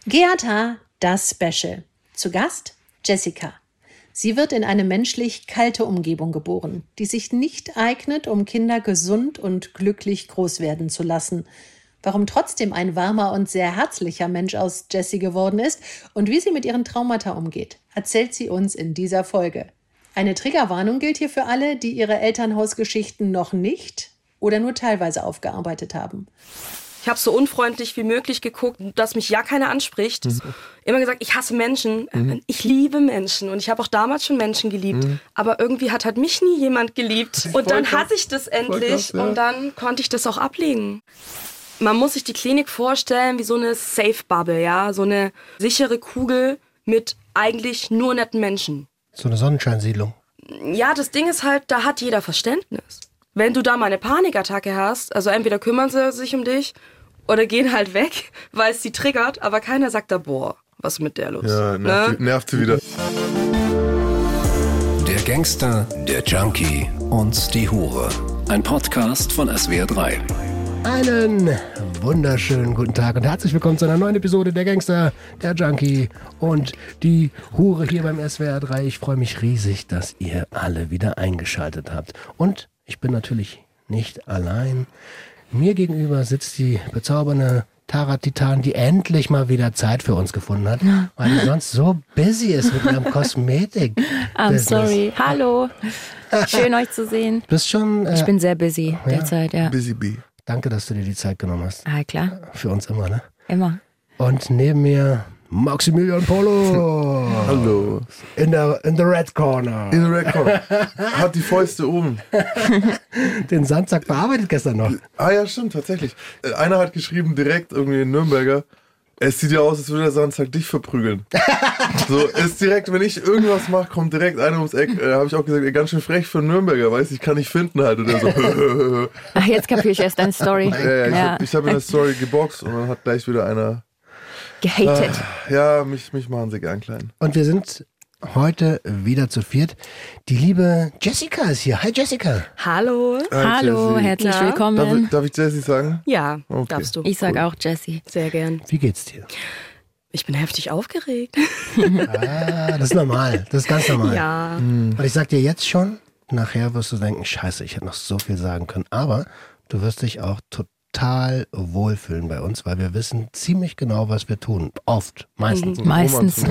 Geata, das Special. Zu Gast Jessica. Sie wird in eine menschlich kalte Umgebung geboren, die sich nicht eignet, um Kinder gesund und glücklich groß werden zu lassen. Warum trotzdem ein warmer und sehr herzlicher Mensch aus Jessie geworden ist und wie sie mit ihren Traumata umgeht, erzählt sie uns in dieser Folge. Eine Triggerwarnung gilt hier für alle, die ihre Elternhausgeschichten noch nicht oder nur teilweise aufgearbeitet haben. Ich habe so unfreundlich wie möglich geguckt, dass mich ja keiner anspricht. Immer gesagt, ich hasse Menschen. Ich liebe Menschen und ich habe auch damals schon Menschen geliebt. Aber irgendwie hat halt mich nie jemand geliebt. Und dann hatte ich das endlich und dann konnte ich das auch ablegen. Man muss sich die Klinik vorstellen wie so eine Safe-Bubble, ja, so eine sichere Kugel mit eigentlich nur netten Menschen. So eine Sonnenscheinsiedlung. Ja, das Ding ist halt, da hat jeder Verständnis. Wenn du da mal eine Panikattacke hast, also entweder kümmern sie sich um dich oder gehen halt weg, weil es sie triggert, aber keiner sagt da, boah, was ist mit der los? Ja, nervt sie wieder. Der Gangster, der Junkie und die Hure. Ein Podcast von SWR 3. Einen wunderschönen guten Tag und herzlich willkommen zu einer neuen Episode der Gangster, der Junkie und die Hure hier beim SWR 3. Ich freue mich riesig, dass ihr alle wieder eingeschaltet habt. Und ich bin natürlich nicht allein. Mir gegenüber sitzt die bezaubernde Tara Titan, die endlich mal wieder Zeit für uns gefunden hat, weil sie sonst so busy ist mit ihrem Kosmetik. I'm sorry. Hallo. Schön, euch zu sehen. Bist schon... Ich bin sehr busy derzeit, ja. Busy Bee. Danke, dass du dir die Zeit genommen hast. Ah, klar. Für uns immer, ne? Immer. Und neben mir Maximilian Polo. Hallo. In the red corner. In the red corner. Hat die Fäuste oben. Den Sandsack bearbeitet gestern noch. Ah ja, stimmt, tatsächlich. Einer hat geschrieben, direkt irgendwie in Nürnberger, es sieht ja aus, als würde der Sandsack dich verprügeln. So, ist direkt, wenn ich irgendwas mache, kommt direkt einer ums Eck. Habe ich auch gesagt, ey, ganz schön frech für einen Nürnberger, weiß ich kann nicht finden halt. Oder so. Ach, jetzt kapiere ich erst deine Story. Ich hab in der Story geboxt und dann hat gleich wieder einer... Gehatet. Ja, mich machen sie gern klein. Und wir sind heute wieder zu viert. Die liebe Jessica ist hier. Hi Jessica. Hallo. Hallo, Jessie. herzlich Na? willkommen. Darf ich Jessie sagen? Ja, Okay. darfst du. Ich sage auch Jessie. Sehr gern. Wie geht's dir? Ich bin heftig aufgeregt. Ah, das ist normal. Das ist ganz normal. Ja. Und ich sag dir jetzt schon, nachher wirst du denken, scheiße, ich hätte noch so viel sagen können. Aber du wirst dich auch total wohlfühlen bei uns, weil wir wissen ziemlich genau, was wir tun. Oft. Meistens. Meistens.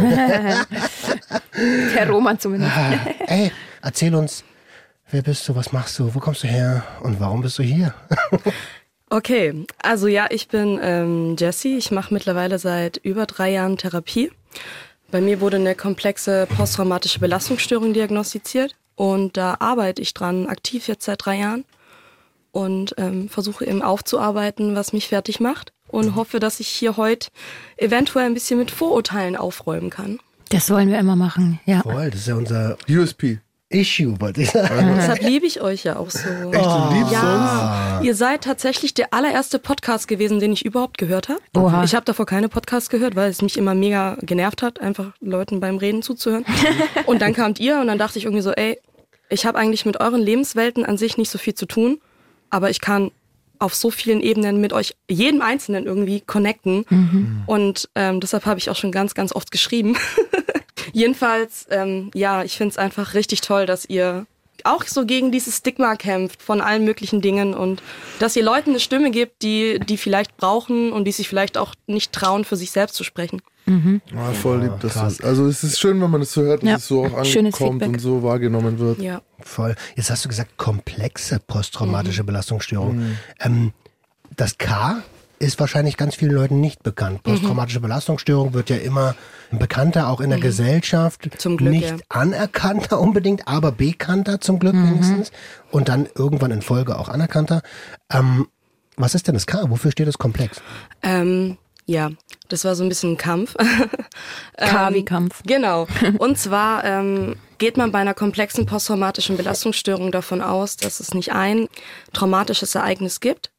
Der Roman zumindest. Ey, erzähl uns, wer bist du, was machst du, wo kommst du her und warum bist du hier? Okay, also ja, ich bin Jessie. Ich mache mittlerweile seit über 3 Jahren Therapie. Bei mir wurde eine komplexe posttraumatische Belastungsstörung diagnostiziert und da arbeite ich dran, aktiv jetzt seit 3 Jahren und versuche eben aufzuarbeiten, was mich fertig macht und hoffe, dass ich hier heute eventuell ein bisschen mit Vorurteilen aufräumen kann. Das wollen wir immer machen, ja. Voll, das ist ja unser USP. Issue, wollte ich sagen. Deshalb liebe ich euch ja auch so. Echt, du liebst uns? Ja, ihr seid tatsächlich der allererste Podcast gewesen, den ich überhaupt gehört habe. Oha. Ich habe davor keine Podcasts gehört, weil es mich immer mega genervt hat, einfach Leuten beim Reden zuzuhören. Und dann kamt ihr und dann dachte ich irgendwie so, ey, ich habe eigentlich mit euren Lebenswelten an sich nicht so viel zu tun, aber ich kann auf so vielen Ebenen mit euch, jedem Einzelnen irgendwie connecten. Und deshalb habe ich auch schon ganz, ganz oft geschrieben. Jedenfalls, ja, ich finde es einfach richtig toll, dass ihr auch so gegen dieses Stigma kämpft von allen möglichen Dingen und dass ihr Leuten eine Stimme gibt, die vielleicht brauchen und die sich vielleicht auch nicht trauen, für sich selbst zu sprechen. Ah, voll lieb, dass du, also es ist schön, wenn man das so hört, dass Ja. es so auch Schönes ankommt Feedback. und so wahrgenommen wird. Ja. Voll. Jetzt hast du gesagt, komplexe posttraumatische Belastungsstörung. Das K ist wahrscheinlich ganz vielen Leuten nicht bekannt. Posttraumatische Belastungsstörung wird ja immer bekannter, auch in der Gesellschaft. Zum Glück, nicht ja. anerkannter unbedingt, aber bekannter zum Glück wenigstens. Und dann irgendwann in Folge auch anerkannter. Was ist denn das K? Wofür steht das komplex? Ja, das war so ein bisschen ein Kampf. K wie Kampf. Genau. Und zwar geht man bei einer komplexen posttraumatischen Belastungsstörung davon aus, dass es nicht ein traumatisches Ereignis gibt,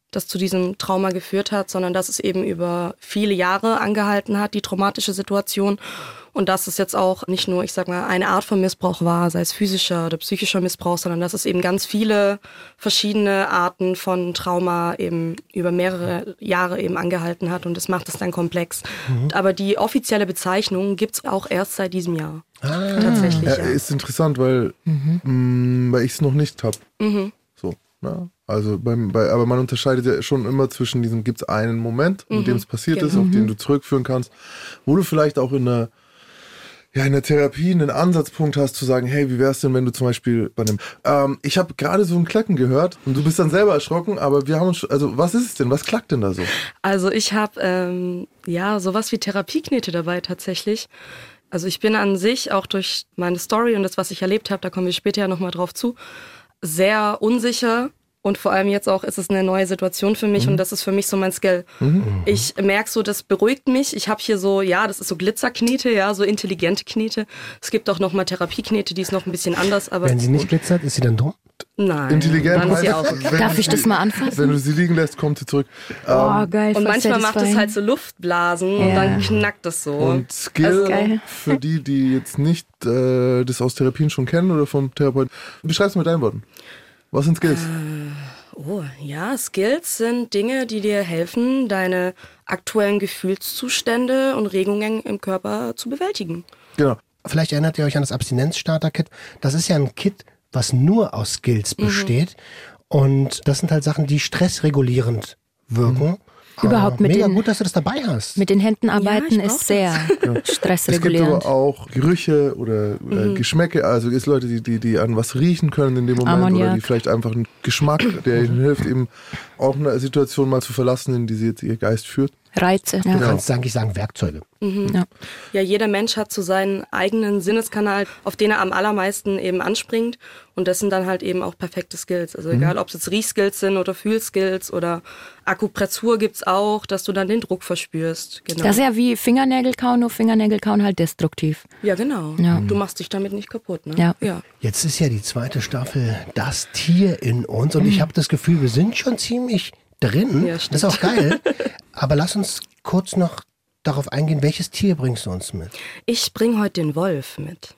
das zu diesem Trauma geführt hat, sondern dass es eben über viele Jahre angehalten hat, die traumatische Situation. Und dass es jetzt auch nicht nur, ich sag mal, eine Art von Missbrauch war, sei es physischer oder psychischer Missbrauch, sondern dass es eben ganz viele verschiedene Arten von Trauma eben über mehrere Jahre eben angehalten hat. Und das macht es dann komplex. Aber die offizielle Bezeichnung gibt's auch erst seit diesem Jahr. Tatsächlich. Ja. Ist interessant, weil ich es noch nicht habe. So, ne? Also aber man unterscheidet ja schon immer zwischen diesem, gibt es einen Moment, in dem es passiert ist, auf den du zurückführen kannst, wo du vielleicht auch in der Therapie einen Ansatzpunkt hast zu sagen, hey, wie wär's denn, wenn du zum Beispiel bei einem, ich habe gerade so ein Klacken gehört und du bist dann selber erschrocken, aber wir haben uns, also was ist es denn, was klackt denn da so? Also ich habe sowas wie Therapieknete dabei tatsächlich. Also ich bin an sich auch durch meine Story und das, was ich erlebt habe, da kommen wir später ja nochmal drauf zu, sehr unsicher. Und vor allem jetzt auch ist es eine neue Situation für mich und das ist für mich so mein Skill. Ich merke so, das beruhigt mich. Ich habe hier so, das ist so Glitzerknete, so intelligente Knete. Es gibt auch nochmal Therapieknete, die ist noch ein bisschen anders. Aber wenn sie nicht glitzert, ist sie dann dumm? Nein. Intelligent dann ist sie auch. Darf ich das mal anfassen? Wenn du sie liegen lässt, kommt sie zurück. Geil. Und manchmal macht es halt so Luftblasen und dann knackt es so. Und Skill, für die jetzt nicht das aus Therapien schon kennen oder vom Therapeuten, beschreib's mit deinen Worten. Was sind Skills? Skills sind Dinge, die dir helfen, deine aktuellen Gefühlszustände und Regungen im Körper zu bewältigen. Genau. Vielleicht erinnert ihr euch an das Abstinenz-Starter-Kit. Das ist ja ein Kit, was nur aus Skills besteht. Und das sind halt Sachen, die stressregulierend wirken. Überhaupt mit mega den, gut, dass du das dabei hast. mit den Händen arbeiten ich ist sehr Es gibt stressregulierend. aber auch Gerüche oder Geschmäcke, also es Leute, die an was riechen können in dem Moment Ammoniak. oder die vielleicht einfach einen Geschmack, der ihnen hilft, eben auch eine Situation mal zu verlassen, in die sie jetzt ihr Geist führt. Reize. Du Ja. kannst eigentlich sagen Werkzeuge. Ja, jeder Mensch hat so seinen eigenen Sinneskanal, auf den er am allermeisten eben anspringt. Und das sind dann halt eben auch perfekte Skills. Also egal, ob es jetzt Riechskills sind oder Fühlskills oder Akupressur gibt's auch, dass du dann den Druck verspürst. Genau. Das ist ja wie Fingernägel kauen, nur Fingernägel kauen halt destruktiv. Ja, genau. Ja. Du machst dich damit nicht kaputt, ne? Ja. Jetzt ist ja die zweite Staffel Das Tier in uns und ich habe das Gefühl, wir sind schon ziemlich drin. Ja, Das stimmt. ist auch geil. Aber lass uns kurz noch darauf eingehen, welches Tier bringst du uns mit? Ich bringe heute den Wolf mit.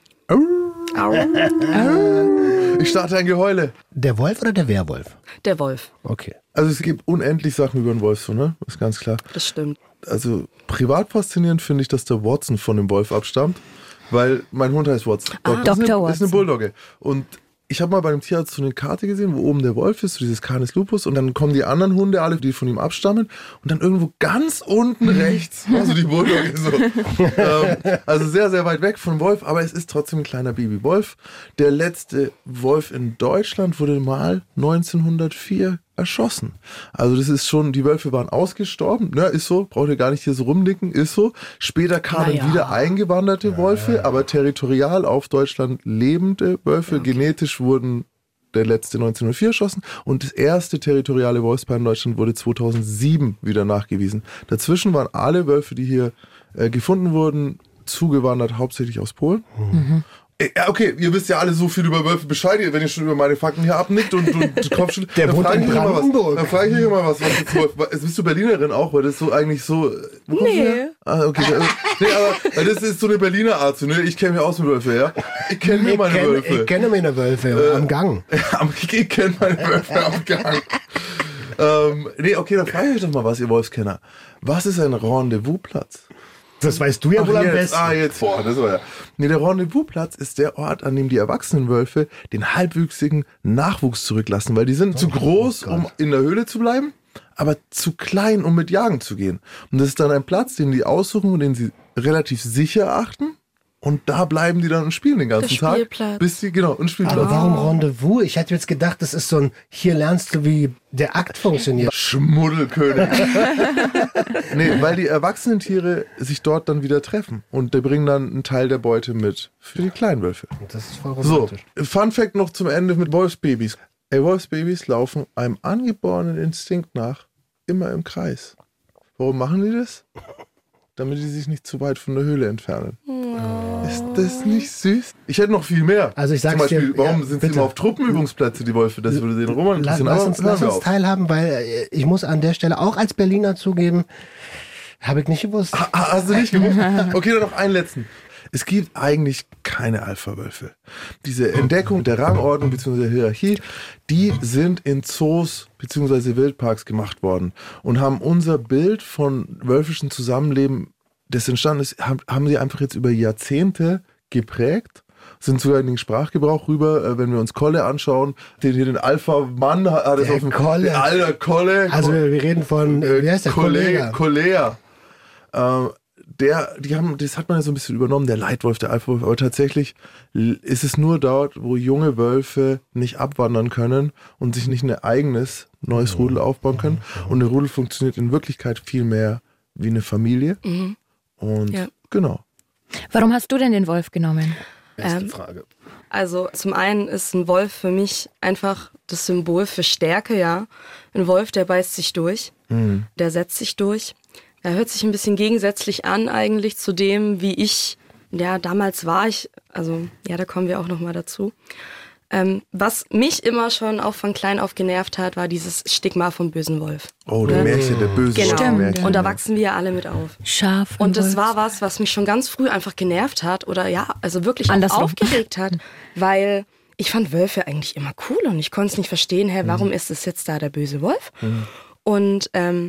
Ich starte ein Geheule. Der Wolf oder der Werwolf? Der Wolf, Okay. Also es gibt unendlich Sachen über den Wolf, so, ne? Das ist ganz klar. das stimmt. Also privat faszinierend finde ich, dass der Watson von dem Wolf abstammt, weil mein Hund heißt Watson. Dr. Ist eine Watson. Bulldogge. Und ich habe mal bei dem Tierarzt so eine Karte gesehen, wo oben der Wolf ist, so dieses Canis Lupus, und dann kommen die anderen Hunde, alle, die von ihm abstammen, und dann irgendwo ganz unten rechts, also die Bulldogge so. Also sehr, sehr weit weg vom Wolf, aber es ist trotzdem ein kleiner Babywolf. Der letzte Wolf in Deutschland wurde mal 1904 erschossen. Also das ist schon, die Wölfe waren ausgestorben, ne, ist so, braucht ihr gar nicht hier so rumnicken, ist so. Später kamen wieder eingewanderte Wölfe, aber territorial auf Deutschland lebende Wölfe, genetisch wurden der letzte 1904 erschossen und das erste territoriale Wolfspaar in Deutschland wurde 2007 wieder nachgewiesen. Dazwischen waren alle Wölfe, die hier gefunden wurden, zugewandert, hauptsächlich aus Polen. Ja, okay, ihr wisst ja alle so viel über Wölfe Bescheid, wenn ihr schon über meine Fakten hier abnickt und Kopfschüttelt. Der wohnt in Brandenburg. Dann frage ich euch immer was jetzt Wolf. Bist du Berlinerin auch? Weil das so eigentlich so... Wo kommst du her? Ah, okay. Aber das ist so eine Berliner Art, so, ne? Ich kenne mich aus mit Wölfe, ja? Ich kenne mir meine Wölfe. Ich kenne meine Wölfe am Gang. Ich kenne meine Wölfe am Gang. Okay, dann frage ich euch doch mal was, ihr Wolfskenner. Was ist ein Rendezvousplatz? Das weißt du ja wohl am besten. Jetzt. Boah, das war ja. Nee, der Rendezvousplatz ist der Ort, an dem die erwachsenen Wölfe den halbwüchsigen Nachwuchs zurücklassen, weil die sind zu groß, um in der Höhle zu bleiben, aber zu klein, um mit jagen zu gehen. Und das ist dann ein Platz, den die aussuchen und den sie relativ sicher erachten. Und da bleiben die dann und spielen den ganzen Tag. Spielplatz. Bis die, genau, ein Spielplatz. Aber warum Rendezvous? Ich hätte jetzt gedacht, das ist so ein, hier lernst du, wie der Akt funktioniert. Schmuddelkönig. Nee, weil die erwachsenen Tiere sich dort dann wieder treffen. Und die bringen dann einen Teil der Beute mit für die kleinen Wölfe. Das ist voll So, romantisch. Fun Fact noch zum Ende mit Wolfsbabys. Wolfsbabys laufen einem angeborenen Instinkt nach immer im Kreis. Warum machen die das? Damit die sich nicht zu weit von der Höhle entfernen. Ist das nicht süß? Ich hätte noch viel mehr. Also ich sag's Zum Beispiel, dir, warum ja, sind bitte. sie immer auf Truppenübungsplätze, die Wölfe? Das würde den Roman interessieren. Lass uns teilhaben, weil ich muss an der Stelle auch als Berliner zugeben, habe ich nicht gewusst. Hast du nicht gewusst? Okay, dann noch einen letzten. Es gibt eigentlich keine Alpha-Wölfe. Diese Entdeckung der Rangordnung bzw. der Hierarchie, die sind in Zoos bzw. Wildparks gemacht worden und haben unser Bild von wölfischen Zusammenleben, das entstanden ist, haben sie einfach jetzt über Jahrzehnte geprägt. Sind sogar in den Sprachgebrauch rüber, wenn wir uns Kolle anschauen. Den Alpha-Mann hat es auf dem Kolle. Der alter Kolle. Also wir reden von, wie heißt der? Kollea. Das hat man ja so ein bisschen übernommen, der Leitwolf, der Alpha-Wolf, aber tatsächlich ist es nur dort, wo junge Wölfe nicht abwandern können und sich nicht ein eigenes neues Rudel aufbauen können. Und ein Rudel funktioniert in Wirklichkeit viel mehr wie eine Familie. Und genau. Warum hast du denn den Wolf genommen? Beste Frage. Also zum einen ist ein Wolf für mich einfach das Symbol für Stärke, ja. Ein Wolf, der beißt sich durch, der setzt sich durch. Er hört sich ein bisschen gegensätzlich an eigentlich zu dem, wie ich, ja, damals war ich, also ja, da kommen wir auch nochmal dazu. Was mich immer schon auch von klein auf genervt hat, war dieses Stigma vom bösen Wolf. Oh, der Märchen, der böse Genau. Wolf. Märchen, Und da wachsen wir ja alle mit auf. Schaf. Und das war was mich schon ganz früh einfach genervt hat oder ja, also wirklich auch Andersrum. aufgeregt hat, weil ich fand Wölfe eigentlich immer cool und ich konnte es nicht verstehen, warum ist es jetzt da der böse Wolf? Und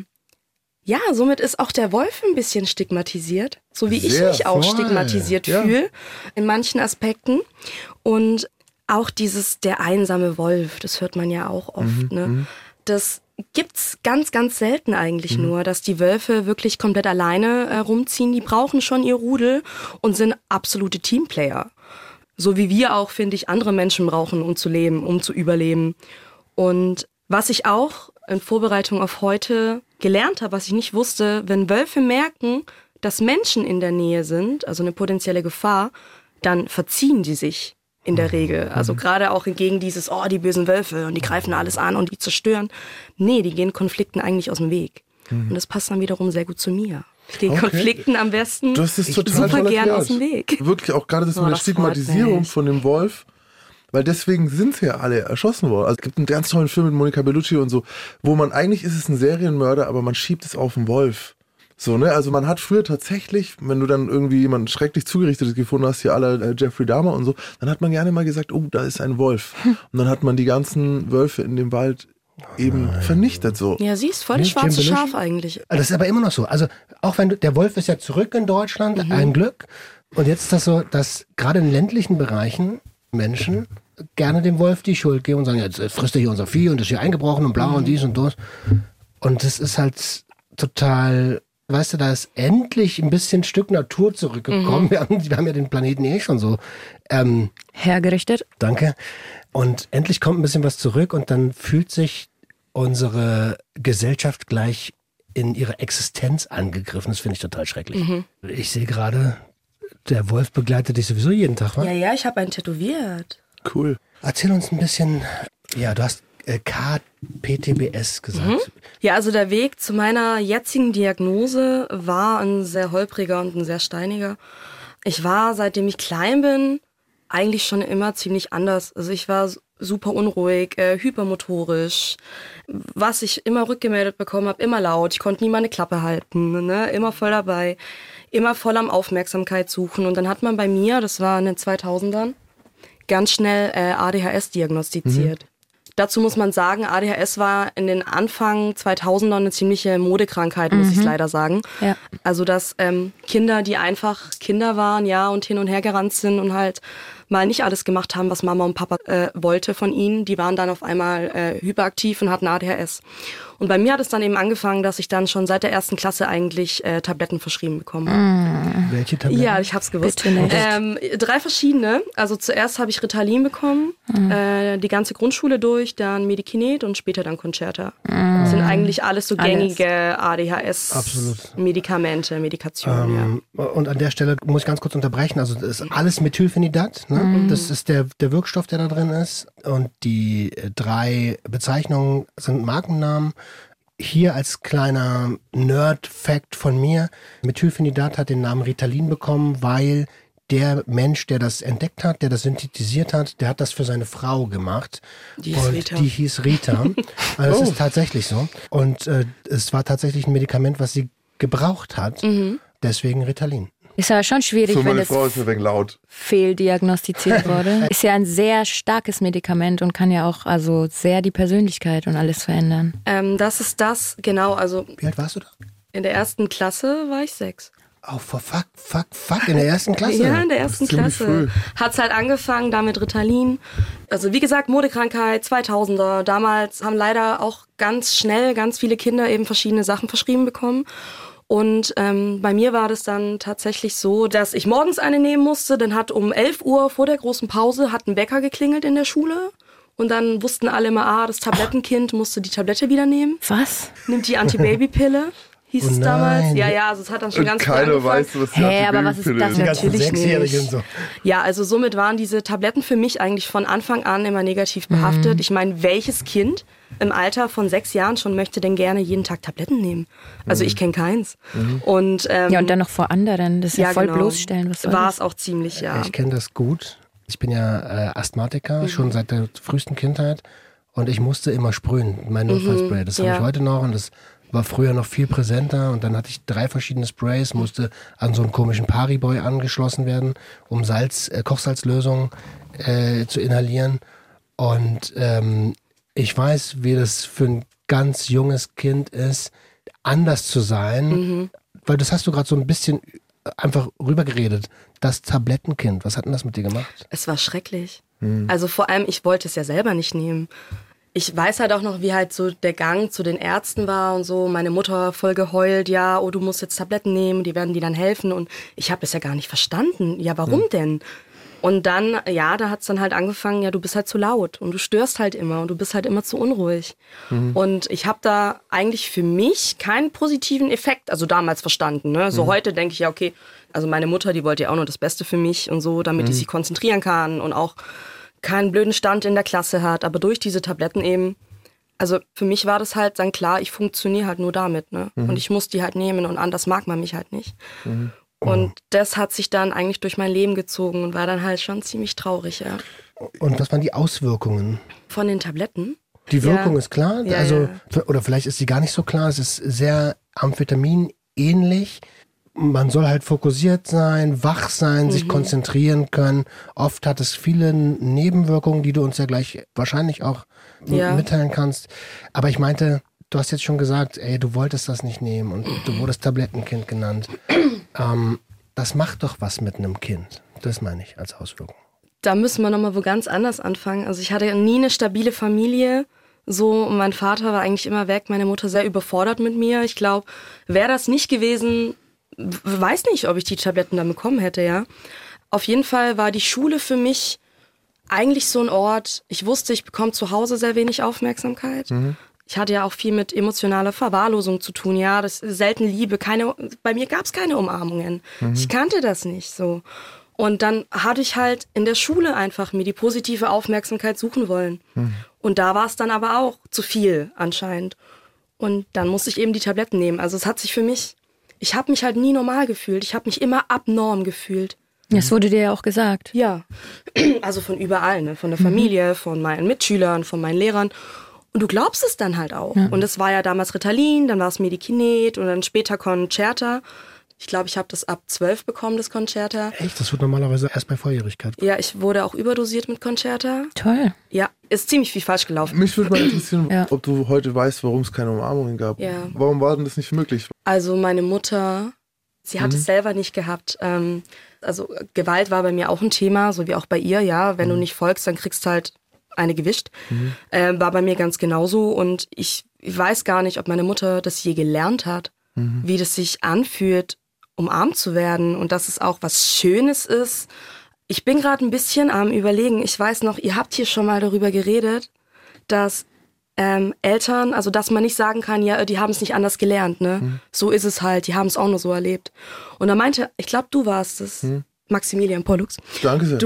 ja, somit ist auch der Wolf ein bisschen stigmatisiert, so wie ich Sehr mich auch voll. stigmatisiert fühle in manchen Aspekten. Und auch der einsame Wolf, das hört man ja auch oft, ne? Das gibt's ganz, ganz selten eigentlich nur, dass die Wölfe wirklich komplett alleine rumziehen. Die brauchen schon ihr Rudel und sind absolute Teamplayer. So wie wir auch, finde ich, andere Menschen brauchen, um zu leben, um zu überleben. Und was ich auch in Vorbereitung auf heute gelernt habe, was ich nicht wusste, wenn Wölfe merken, dass Menschen in der Nähe sind, also eine potenzielle Gefahr, dann verziehen die sich in der Regel. Also gerade auch gegen dieses, die bösen Wölfe und die greifen alles an und die zerstören. Nee, die gehen Konflikten eigentlich aus dem Weg. Und das passt dann wiederum sehr gut zu mir. Ich gehe Konflikten am besten Das ist total super toll gern erklärt. aus dem Weg. Wirklich auch gerade das mit der das freut Stigmatisierung mich. von dem Wolf. Weil deswegen sind sie ja alle erschossen worden. Also es gibt einen ganz tollen Film mit Monica Bellucci und so, wo man eigentlich ist es ein Serienmörder, aber man schiebt es auf den Wolf. So, ne? Also man hat früher tatsächlich, wenn du dann irgendwie jemanden schrecklich Zugerichtetes gefunden hast, hier alle Jeffrey Dahmer und so, dann hat man gerne mal gesagt, oh, da ist ein Wolf. Und dann hat man die ganzen Wölfe in dem Wald eben vernichtet so. Ja, siehst, voll das Nicht schwarze Jim Belushi? Schaf eigentlich. Das ist aber immer noch so. Also auch wenn der Wolf ist ja zurück in Deutschland, ein Glück. Und jetzt ist das so, dass gerade in ländlichen Bereichen Menschen gerne dem Wolf die Schuld geben und sagen, jetzt frisst er hier unser Vieh und ist hier eingebrochen und blau und dies und das. Und das ist halt total, weißt du, da ist endlich ein bisschen Stück Natur zurückgekommen. Wir haben ja den Planeten eh schon so. Hergerichtet. Danke. Und endlich kommt ein bisschen was zurück und dann fühlt sich unsere Gesellschaft gleich in ihre Existenz angegriffen. Das finde ich total schrecklich. Ich sehe gerade, der Wolf begleitet dich sowieso jeden Tag, wa? Ja, ich habe einen tätowiert. Cool. Erzähl uns ein bisschen, ja, du hast KPTBS gesagt. Ja, also der Weg zu meiner jetzigen Diagnose war ein sehr holpriger und ein sehr steiniger. Ich war, seitdem ich klein bin, eigentlich schon immer ziemlich anders. Also ich war super unruhig, hypermotorisch. Was ich immer rückgemeldet bekommen habe, immer laut. Ich konnte nie meine Klappe halten, ne? Immer voll dabei, immer voll am Aufmerksamkeit suchen. Und dann hat man bei mir, das war in den 2000ern, ganz schnell ADHS diagnostiziert. Dazu muss man sagen, ADHS war in den Anfang 2000ern eine ziemliche Modekrankheit, muss ich leider sagen. Ja. Also dass Kinder, die einfach Kinder waren, ja, und hin und her gerannt sind und halt mal nicht alles gemacht haben, was Mama und Papa wollte von ihnen, die waren dann auf einmal hyperaktiv und hatten ADHS. Und bei mir hat es dann eben angefangen, dass ich dann schon seit der 1. Klasse eigentlich Tabletten verschrieben bekomme. Welche Tabletten? Ja, ich hab's gewusst. Bitte nicht. 3 verschiedene. Also zuerst habe ich Ritalin bekommen, die ganze Grundschule durch, dann Medikinet und später dann Concerta. Das sind eigentlich alles so gängige ADHS-Medikamente, Medikationen, ja. Und an der Stelle muss ich ganz kurz unterbrechen. Also das ist alles Methylphenidat. Ne? Das ist der Wirkstoff, der da drin ist. Und die 3 Bezeichnungen sind Markennamen. Hier als kleiner Nerd-Fact von mir. Methylphenidat hat den Namen Ritalin bekommen, weil der Mensch, der das entdeckt hat, der das synthetisiert hat, der hat das für seine Frau gemacht. Die hieß Rita. Also das ist tatsächlich so. Und es war tatsächlich ein Medikament, was sie gebraucht hat. Deswegen Ritalin. Ist ja schon schwierig, So, wenn meine das Frau ist mir wegen laut. fehldiagnostiziert wurde. Ist ja ein sehr starkes Medikament und kann ja auch also sehr die Persönlichkeit und alles verändern. Das ist das, genau, also Wie alt warst du da? in der 1. Klasse war ich 6. Oh, fuck, in der 1. Klasse? Ja, in der 1. Ziemlich Klasse. früh. Hat's halt angefangen, da mit Ritalin. Also wie gesagt, Modekrankheit, 2000er. Damals haben leider auch ganz schnell ganz viele Kinder eben verschiedene Sachen verschrieben bekommen. Und bei mir war das dann tatsächlich so, dass ich morgens eine nehmen musste. Dann hat um 11 Uhr vor der großen Pause hat ein Wecker geklingelt in der Schule. Und dann wussten alle immer, das Tablettenkind musste die Tablette wieder nehmen. Was? Nimmt die Antibabypille, hieß es damals. Ja, also es hat dann schon Und ganz früh keiner angefangen. weiß, was die Aber was ist Antibabypille das? ist. Die ganzen Natürlich Sechsjährigen nicht. und so. Ja, also somit waren diese Tabletten für mich eigentlich von Anfang an immer negativ behaftet. Ich meine, welches Kind im Alter von 6 Jahren schon möchte denn gerne jeden Tag Tabletten nehmen? Also ich kenne keins. Und, Ja, und dann noch vor anderen. Das ist ja voll genau. bloßstellen. Was soll War das? es auch ziemlich, ja. Ich kenne das gut. Ich bin ja Asthmatiker, schon seit der frühesten Kindheit. Und ich musste immer sprühen, mein Notfallspray. Das habe ich heute noch und das war früher noch viel präsenter. Und dann hatte ich 3 verschiedene Sprays, musste an so einen komischen Pariboy angeschlossen werden, um Kochsalzlösung zu inhalieren. Und ich weiß, wie das für ein ganz junges Kind ist, anders zu sein. Weil das hast du gerade so ein bisschen einfach rübergeredet. Das Tablettenkind, was hat denn das mit dir gemacht? Es war schrecklich. Also vor allem, ich wollte es ja selber nicht nehmen. Ich weiß halt auch noch, wie halt so der Gang zu den Ärzten war und so. Meine Mutter voll geheult, ja, oh, du musst jetzt Tabletten nehmen, die werden dir dann helfen. Und ich habe das ja gar nicht verstanden. Ja, warum denn? Und dann, ja, da hat's dann halt angefangen, ja, du bist halt zu laut und du störst halt immer und du bist halt immer zu unruhig. Und ich habe da eigentlich für mich keinen positiven Effekt, also damals verstanden. Ne? So heute denke ich ja, okay, also meine Mutter, die wollte ja auch nur das Beste für mich und so, damit ich sich konzentrieren kann und auch keinen blöden Stand in der Klasse hat. Aber durch diese Tabletten eben, also für mich war das halt dann klar, ich funktioniere halt nur damit. Ne? Und ich muss die halt nehmen und anders mag man mich halt nicht. Und das hat sich dann eigentlich durch mein Leben gezogen und war dann halt schon ziemlich traurig, ja. Und was waren die Auswirkungen? Von den Tabletten? Die Wirkung ist klar, Ja, also oder vielleicht ist sie gar nicht so klar. Es ist sehr Amphetamin-ähnlich. Man soll halt fokussiert sein, wach sein, sich konzentrieren können. Oft hat es viele Nebenwirkungen, die du uns ja gleich wahrscheinlich auch mitteilen kannst. Aber ich meinte, du hast jetzt schon gesagt, ey, du wolltest das nicht nehmen und du wurdest Tablettenkind genannt. Das macht doch was mit einem Kind. Das meine ich als Auswirkung. Da müssen wir nochmal wo ganz anders anfangen. Also ich hatte nie eine stabile Familie. So, und mein Vater war eigentlich immer weg, meine Mutter sehr überfordert mit mir. Ich glaube, wäre das nicht gewesen, weiß nicht, ob ich die Tabletten dann bekommen hätte, ja. Auf jeden Fall war die Schule für mich eigentlich so ein Ort, ich wusste, ich bekomme zu Hause sehr wenig Aufmerksamkeit. Ich hatte ja auch viel mit emotionaler Verwahrlosung zu tun, ja, das ist selten Liebe, bei mir gab es keine Umarmungen. Ich kannte das nicht so. Und dann hatte ich halt in der Schule einfach mir die positive Aufmerksamkeit suchen wollen. Und da war es dann aber auch zu viel anscheinend. Und dann musste ich eben die Tabletten nehmen. Also es hat sich für mich, ich habe mich halt nie normal gefühlt. Ich habe mich immer abnorm gefühlt. Das wurde dir ja auch gesagt. Ja, also von überall, ne? Von der Familie, von meinen Mitschülern, von meinen Lehrern. Und du glaubst es dann halt auch. Ja. Und es war ja damals Ritalin, dann war es Medikinet und dann später Concerta. Ich glaube, ich habe das ab 12 bekommen, das Concerta. Echt? Das wird normalerweise erst bei Volljährigkeit. Ja, ich wurde auch überdosiert mit Concerta. Toll. Ja, ist ziemlich viel falsch gelaufen. Mich würde mal interessieren, ob du heute weißt, warum es keine Umarmungen gab. Ja. Warum war denn das nicht möglich? Also meine Mutter, sie hat es selber nicht gehabt. Also Gewalt war bei mir auch ein Thema, so wie auch bei ihr. Ja, wenn du nicht folgst, dann kriegst du halt eine gewischt. War bei mir ganz genauso. Und ich weiß gar nicht, ob meine Mutter das je gelernt hat, wie das sich anfühlt, umarmt zu werden und dass es auch was Schönes ist. Ich bin gerade ein bisschen am Überlegen. Ich weiß noch, ihr habt hier schon mal darüber geredet, dass Eltern, also dass man nicht sagen kann, ja, die haben es nicht anders gelernt, ne? So ist es halt, die haben es auch nur so erlebt. Und da meinte, ich glaube, du warst es, Maximilian Pollux. Danke sehr. Du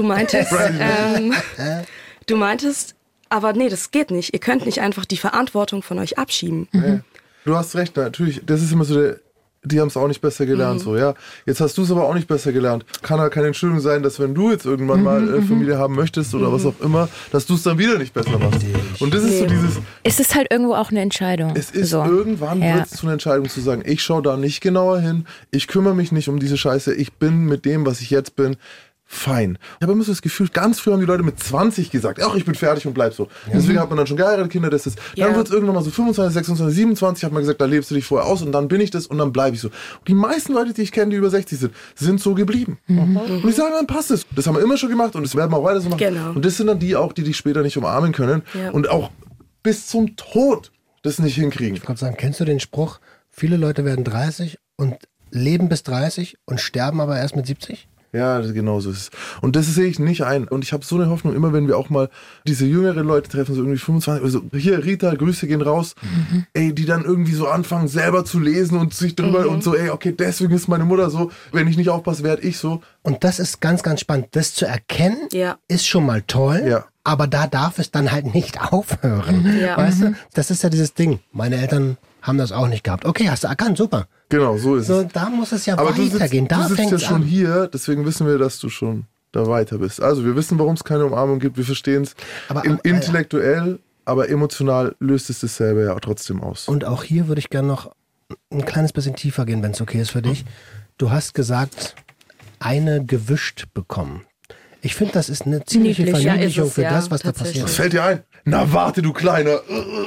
meintest, aber nee, das geht nicht. Ihr könnt nicht einfach die Verantwortung von euch abschieben. Ja. Du hast recht, natürlich. Das ist immer so die haben es auch nicht besser gelernt, so, ja. Jetzt hast du es aber auch nicht besser gelernt. Kann halt keine Entschuldigung sein, dass wenn du jetzt irgendwann mal Familie haben möchtest oder was auch immer, dass du es dann wieder nicht besser machst. Und das ist so dieses... Es ist halt irgendwo auch eine Entscheidung. Es ist irgendwann wird es zu einer Entscheidung zu sagen, ich schaue da nicht genauer hin, ich kümmere mich nicht um diese Scheiße, ich bin mit dem, was ich jetzt bin, fein. Ich habe immer so das Gefühl, ganz früh haben die Leute mit 20 gesagt, ach, ich bin fertig und bleib so. Deswegen hat man dann schon geheiratet, Kinder, das ist. Dann wird es irgendwann mal so 25, 26, 27, hat man gesagt, da lebst du dich vorher aus und dann bin ich das und dann bleibe ich so. Und die meisten Leute, die ich kenne, die über 60 sind so geblieben. Und ich sage, dann passt es. Das haben wir immer schon gemacht und das werden wir auch weiter so machen. Genau. Und das sind dann die auch, die dich später nicht umarmen können und auch bis zum Tod das nicht hinkriegen. Ich wollte sagen, kennst du den Spruch, viele Leute werden 30 und leben bis 30 und sterben aber erst mit 70? Ja, genau so ist es. Und das sehe ich nicht ein. Und ich habe so eine Hoffnung, immer wenn wir auch mal diese jüngeren Leute treffen, so irgendwie 25, also hier, Rita, Grüße gehen raus, ey, die dann irgendwie so anfangen, selber zu lesen und sich drüber und so, ey, okay, deswegen ist meine Mutter so, wenn ich nicht aufpasse, werde ich so. Und das ist ganz, ganz spannend. Das zu erkennen, ist schon mal toll. Ja. Aber da darf es dann halt nicht aufhören. Ja. Weißt du? Das ist ja dieses Ding. Meine Eltern haben das auch nicht gehabt. Okay, hast du erkannt, super. Genau, so ist So, es. da muss es ja Aber weitergehen. du sitzt ja schon an. hier, deswegen wissen wir, dass du schon da weiter bist. Also wir wissen, warum es keine Umarmung gibt, wir verstehen es intellektuell, aber emotional löst es dasselbe ja trotzdem aus. Und auch hier würde ich gerne noch ein kleines bisschen tiefer gehen, wenn es okay ist für dich. Du hast gesagt, eine gewischt bekommen. Ich finde, das ist eine ziemliche Niedlich, ja, Verniedlichung ist es, für ja, das, was da tatsächlich. passiert Was ist. fällt dir ein? Na warte, du Kleiner.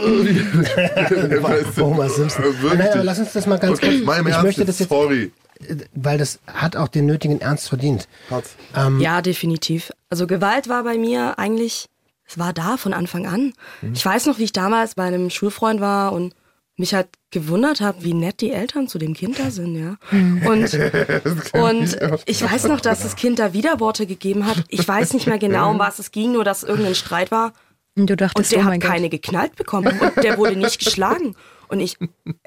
Homer Simpson. Wirklich. Nein, aber lass uns das mal ganz Okay, kurz. mal im Ich Ernst möchte das jetzt, sorry. weil das hat auch den nötigen Ernst verdient. Hat's. Ja, definitiv. Also Gewalt war bei mir eigentlich, es war da von Anfang an. Ich weiß noch, wie ich damals bei einem Schulfreund war und mich halt gewundert habe, wie nett die Eltern zu dem Kind da sind, ja. Und ich weiß noch, dass das Kind da Widerworte gegeben hat. Ich weiß nicht mehr genau, um was es ging, nur dass irgendein Streit war. Und du dachtest, Und der oh mein hat keine geknallt bekommen und der wurde nicht geschlagen. Und ich,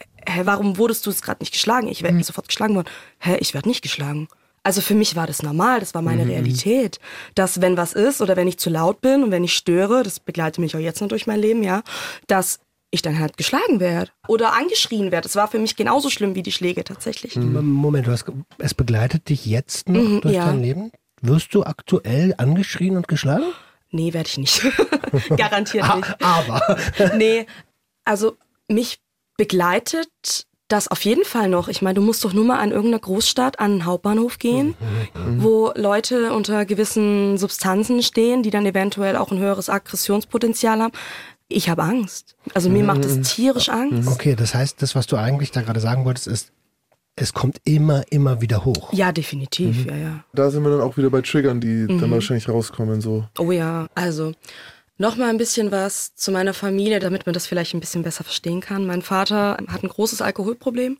warum wurdest du es gerade nicht geschlagen? Ich wäre sofort geschlagen worden. Ich werde nicht geschlagen. Also für mich war das normal, das war meine Realität. Dass wenn was ist oder wenn ich zu laut bin und wenn ich störe, das begleitet mich auch jetzt noch durch mein Leben, ja, dass ich dann halt geschlagen werde oder angeschrien werde. Das war für mich genauso schlimm wie die Schläge tatsächlich. Moment, es begleitet dich jetzt noch durch dein Leben? Wirst du aktuell angeschrien und geschlagen? Nee, werde ich nicht. Garantiert nicht. Aber. Nee, also mich begleitet das auf jeden Fall noch. Ich meine, du musst doch nur mal an irgendeiner Großstadt an einen Hauptbahnhof gehen, wo Leute unter gewissen Substanzen stehen, die dann eventuell auch ein höheres Aggressionspotenzial haben. Ich habe Angst. Also mir macht es tierisch Angst. Okay, das heißt, das, was du eigentlich da gerade sagen wolltest, ist, es kommt immer wieder hoch. Ja, definitiv, ja. Da sind wir dann auch wieder bei Triggern, die dann wahrscheinlich rauskommen. So. Oh ja, also noch mal ein bisschen was zu meiner Familie, damit man das vielleicht ein bisschen besser verstehen kann. Mein Vater hat ein großes Alkoholproblem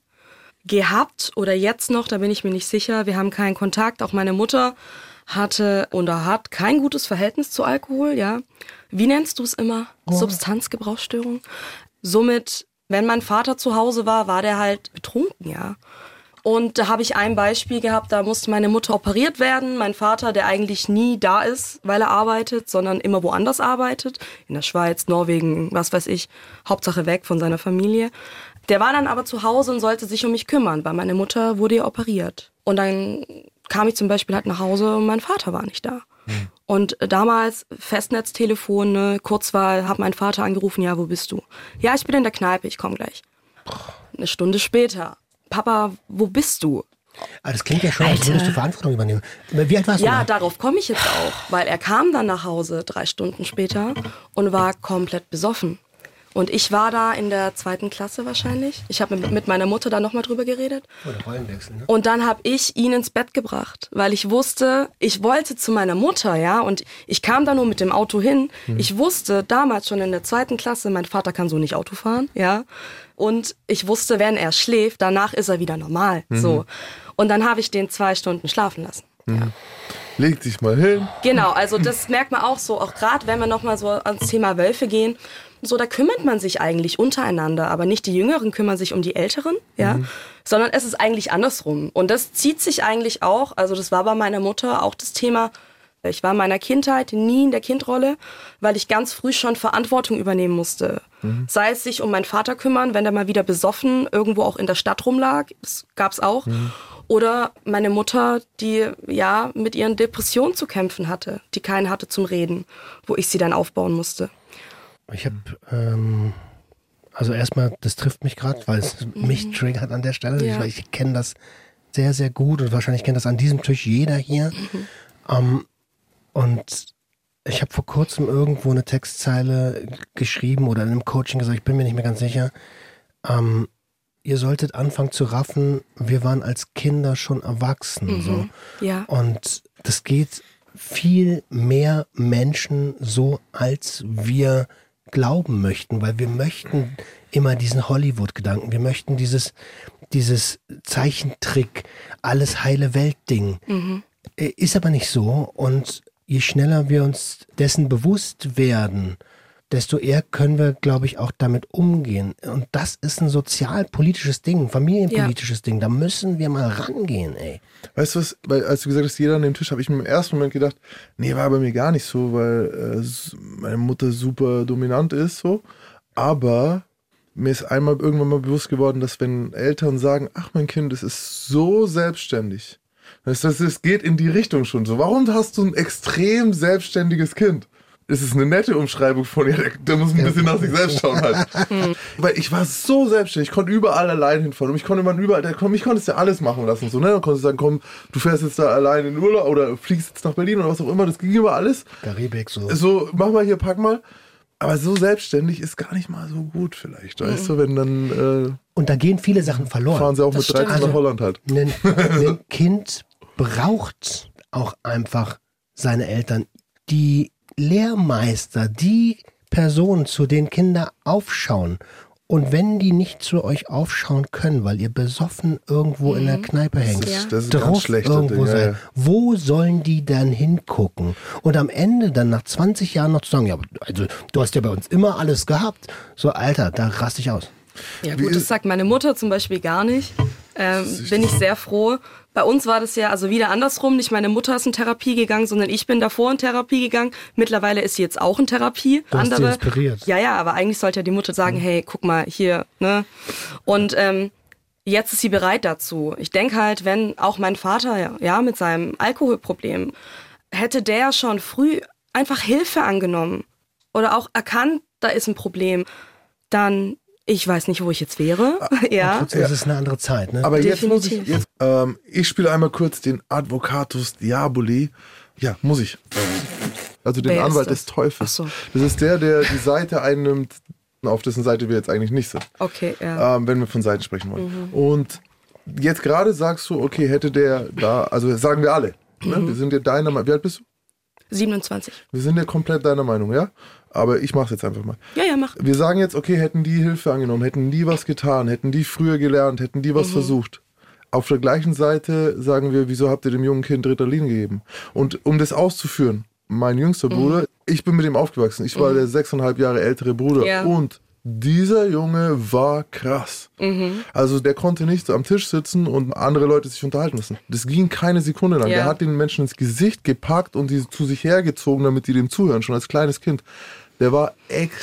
gehabt oder jetzt noch, da bin ich mir nicht sicher. Wir haben keinen Kontakt. Auch meine Mutter hatte oder hat kein gutes Verhältnis zu Alkohol, ja. Wie nennst du es immer? Substanzgebrauchsstörung. Somit, wenn mein Vater zu Hause war, war der halt betrunken, ja. Und da habe ich ein Beispiel gehabt, da musste meine Mutter operiert werden. Mein Vater, der eigentlich nie da ist, weil er arbeitet, sondern immer woanders arbeitet. In der Schweiz, Norwegen, was weiß ich. Hauptsache weg von seiner Familie. Der war dann aber zu Hause und sollte sich um mich kümmern, weil meine Mutter wurde ja operiert. Und dann kam ich zum Beispiel halt nach Hause und mein Vater war nicht da. Und damals Festnetztelefone, Kurzwahl, hat mein Vater angerufen, ja, wo bist du? Ja, ich bin in der Kneipe, ich komme gleich. Eine Stunde später, Papa, wo bist du? Aber das klingt ja schon, als würdest du Verantwortung übernehmen. Wie alt warst du? Ja, darauf komme ich jetzt auch, weil er kam dann nach Hause 3 Stunden später und war komplett besoffen. Und ich war da in der 2. Klasse wahrscheinlich. Ich habe mit meiner Mutter da nochmal drüber geredet. Oder Rollenwechsel, ne? Und dann habe ich ihn ins Bett gebracht, weil ich wusste, ich wollte zu meiner Mutter, ja. Und ich kam da nur mit dem Auto hin. Ich wusste damals schon in der 2. Klasse, mein Vater kann so nicht Auto fahren, ja. Und ich wusste, wenn er schläft, danach ist er wieder normal, so. Und dann habe ich den 2 Stunden schlafen lassen, ja. Leg dich mal hin. Genau, also das merkt man auch so, auch gerade wenn wir nochmal so ans Thema Wölfe gehen, so da kümmert man sich eigentlich untereinander, aber nicht die Jüngeren kümmern sich um die Älteren, ja, sondern es ist eigentlich andersrum. Und das zieht sich eigentlich auch, also das war bei meiner Mutter auch das Thema Ich war in meiner Kindheit nie in der Kindrolle, weil ich ganz früh schon Verantwortung übernehmen musste. Sei es sich um meinen Vater kümmern, wenn er mal wieder besoffen irgendwo auch in der Stadt rumlag, das gab's auch. Oder meine Mutter, die ja mit ihren Depressionen zu kämpfen hatte, die keinen hatte zum Reden, wo ich sie dann aufbauen musste. Ich habe, also erstmal, das trifft mich gerade, weil es mich triggert an der Stelle. Ja. Ich kenne das sehr, sehr gut und wahrscheinlich kennt das an diesem Tisch jeder hier. Und ich habe vor kurzem irgendwo eine Textzeile geschrieben oder in einem Coaching gesagt, ich bin mir nicht mehr ganz sicher. Ihr solltet anfangen zu raffen, wir waren als Kinder schon erwachsen. So. Ja. Und das geht viel mehr Menschen so, als wir glauben möchten, weil wir möchten immer diesen Hollywood-Gedanken, wir möchten dieses Zeichentrick, alles heile Welt-Ding. Ist aber nicht so, und je schneller wir uns dessen bewusst werden, desto eher können wir, glaube ich, auch damit umgehen. Und das ist ein sozialpolitisches Ding, ein familienpolitisches Ding. Da müssen wir mal rangehen, ey. Weißt du was, weil als du gesagt hast, jeder an dem Tisch, habe ich mir im ersten Moment gedacht, nee, war bei mir gar nicht so, weil meine Mutter super dominant ist, so. Aber mir ist einmal irgendwann mal bewusst geworden, dass wenn Eltern sagen, ach mein Kind, das ist so selbstständig, es geht in die Richtung schon so. Warum hast du ein extrem selbstständiges Kind? Es ist eine nette Umschreibung von ihr, der muss ein bisschen nach sich selbst schauen halt. Weil ich war so selbstständig, ich konnte überall allein hinfahren und ich konnte es ja alles machen lassen. So, ne? Dann konntest du sagen, komm, du fährst jetzt da allein in Urlaub oder fliegst jetzt nach Berlin oder was auch immer, das ging über alles. Karibik so. So, mach mal hier, pack mal. Aber so selbstständig ist gar nicht mal so gut vielleicht, weißt du, wenn dann... und da gehen viele Sachen verloren. Fahren sie auch mit 13 nach Holland halt. Ein Kind braucht auch einfach seine Eltern. Die Lehrmeister, die Personen, zu denen Kinder aufschauen. Und wenn die nicht zu euch aufschauen können, weil ihr besoffen irgendwo in der Kneipe hängt, das ist ein ganz schlechter irgendwo Ding, sein, ja. wo sollen die dann hingucken? Und am Ende dann nach 20 Jahren noch zu sagen, ja, also du hast ja bei uns immer alles gehabt. So, Alter, da raste ich aus. Ja gut, das sagt meine Mutter zum Beispiel gar nicht. Bin ich sehr froh. Bei uns war das ja also wieder andersrum. Nicht meine Mutter ist in Therapie gegangen, sondern ich bin davor in Therapie gegangen. Mittlerweile ist sie jetzt auch in Therapie. Du hast sie inspiriert. Ja, aber eigentlich sollte ja die Mutter sagen, hey, guck mal, hier, ne? Und jetzt ist sie bereit dazu. Ich denke halt, wenn auch mein Vater ja mit seinem Alkoholproblem, hätte der schon früh einfach Hilfe angenommen oder auch erkannt, da ist ein Problem, dann... Ich weiß nicht, wo ich jetzt wäre. Ja. Trotzdem ist es eine andere Zeit, ne? Aber Definitiv. ich spiele einmal kurz den Advocatus Diaboli. Ja, muss ich. Also den Wer ist Anwalt das? des Teufels. Ach so. Das ist der die Seite einnimmt, auf dessen Seite wir jetzt eigentlich nicht sind. Okay, ja. Wenn wir von Seiten sprechen wollen. Und jetzt gerade sagst du, okay, hätte der da, also sagen wir alle, ne? Wir sind ja deiner Meinung. Wie alt bist du? 27. Wir sind ja komplett deiner Meinung, ja? Aber ich mach's jetzt einfach mal. Ja, mach. Wir sagen jetzt, okay, hätten die Hilfe angenommen, hätten die was getan, hätten die früher gelernt, hätten die was versucht. Auf der gleichen Seite sagen wir, wieso habt ihr dem jungen Kind Ritalin gegeben? Und um das auszuführen, mein jüngster Bruder, ich bin mit ihm aufgewachsen. Ich war der 6,5 Jahre ältere Bruder. Ja. Und dieser Junge war krass. Also der konnte nicht am Tisch sitzen und andere Leute sich unterhalten lassen. Das ging keine Sekunde lang. Ja. Der hat den Menschen ins Gesicht gepackt und die zu sich hergezogen, damit die dem zuhören, schon als kleines Kind. Der war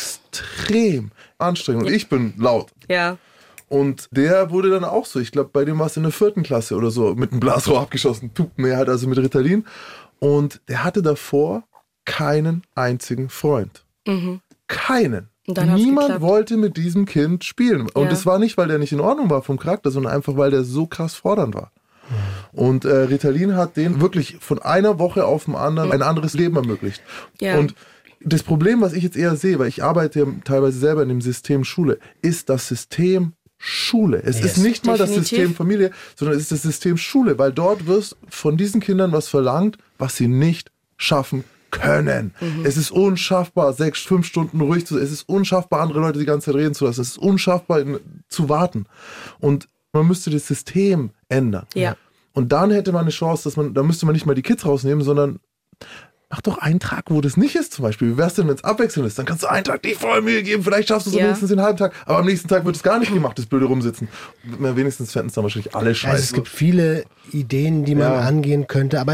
extrem anstrengend. Und ich bin laut. Ja. Und der wurde dann auch so. Ich glaube, bei dem war es in der 4. Klasse oder so, mit einem Blasrohr abgeschossen. Nee, halt also mit Ritalin. Und der hatte davor keinen einzigen Freund. Keinen. Und dann hat's Niemand geklappt. wollte mit diesem Kind spielen. Und Ja. das war nicht, weil der nicht in Ordnung war vom Charakter, sondern einfach, weil der so krass fordernd war. Und Ritalin hat den wirklich von einer Woche auf den anderen ein anderes Leben ermöglicht. Ja. Und das Problem, was ich jetzt eher sehe, weil ich arbeite ja teilweise selber in dem System Schule, ist das System Schule. Es ist nicht mal das Definitiv. System Familie, sondern es ist das System Schule, weil dort wird von diesen Kindern was verlangt, was sie nicht schaffen können. Es ist unschaffbar, 6-5 Stunden ruhig zu sein. Es ist unschaffbar, andere Leute die ganze Zeit reden zu lassen. Es ist unschaffbar, zu warten. Und man müsste das System ändern. Ja. Und dann hätte man eine Chance, da müsste man nicht mal die Kids rausnehmen, sondern mach doch einen Tag, wo das nicht ist zum Beispiel. Wie wär's denn, wenn es abwechselnd ist? Dann kannst du einen Tag die voll Mühe geben, vielleicht schaffst du es wenigstens den halben Tag, aber am nächsten Tag wird es gar nicht gemacht, das blöde Rumsitzen. Wenigstens fänden es dann wahrscheinlich alle scheiße. Also es gibt viele Ideen, die man angehen könnte, aber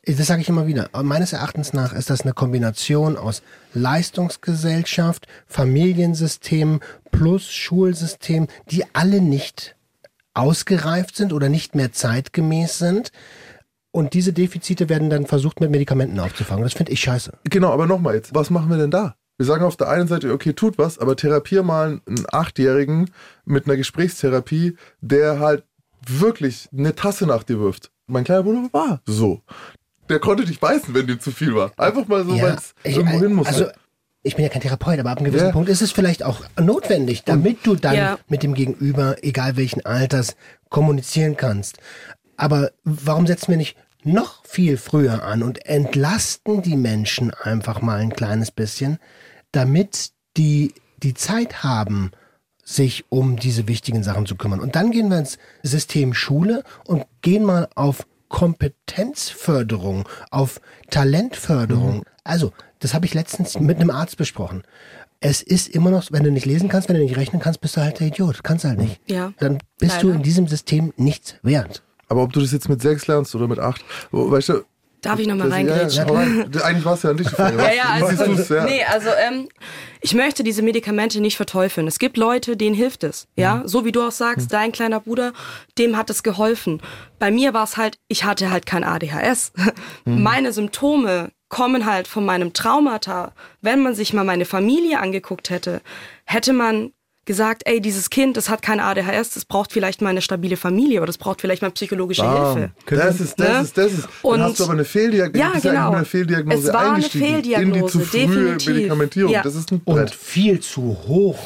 Das sage ich immer wieder. Meines Erachtens nach ist das eine Kombination aus Leistungsgesellschaft, Familiensystem plus Schulsystem, die alle nicht ausgereift sind oder nicht mehr zeitgemäß sind. Und diese Defizite werden dann versucht, mit Medikamenten aufzufangen. Das finde ich scheiße. Genau, aber nochmal jetzt, was machen wir denn da? Wir sagen auf der einen Seite, okay, tut was, aber therapier mal einen 8-Jährigen mit einer Gesprächstherapie, der halt wirklich eine Tasse nach dir wirft. Mein kleiner Bruder war so. Der konnte dich beißen, wenn dir zu viel war. Einfach mal so, weil es irgendwo hin muss. Also, ich bin ja kein Therapeut, aber ab einem gewissen Punkt ist es vielleicht auch notwendig, damit du dann mit dem Gegenüber, egal welchen Alters, kommunizieren kannst. Aber warum setzen wir nicht noch viel früher an und entlasten die Menschen einfach mal ein kleines bisschen, damit die Zeit haben, sich um diese wichtigen Sachen zu kümmern. Und dann gehen wir ins System Schule und gehen mal auf Kompetenzförderung, auf Talentförderung. Also, das habe ich letztens mit einem Arzt besprochen. Es ist immer noch, wenn du nicht lesen kannst, wenn du nicht rechnen kannst, bist du halt der Idiot. Kannst halt nicht. Ja. Dann bist du in diesem System nichts wert. Aber ob du das jetzt mit 6 lernst oder mit 8, weißt du... Darf ich nochmal reingrätschen? Eigentlich war es ja an dich die Frage. Ich möchte diese Medikamente nicht verteufeln. Es gibt Leute, denen hilft es. Ja, so wie du auch sagst, dein kleiner Bruder, dem hat es geholfen. Bei mir war es halt, ich hatte halt kein ADHS. Meine Symptome kommen halt von meinem Traumata. Wenn man sich mal meine Familie angeguckt hätte, hätte man gesagt, ey, dieses Kind, das hat kein ADHS, das braucht vielleicht mal eine stabile Familie oder das braucht vielleicht mal psychologische Hilfe. Das ist. Und dann hast du aber eine Fehldiagnose. Ja, genau. Eine Fehldiagnose es war eine eingestiegen Fehldiagnose, in die zu frühe definitiv. Medikamentierung. Ja. Das ist ein Und viel zu hoch.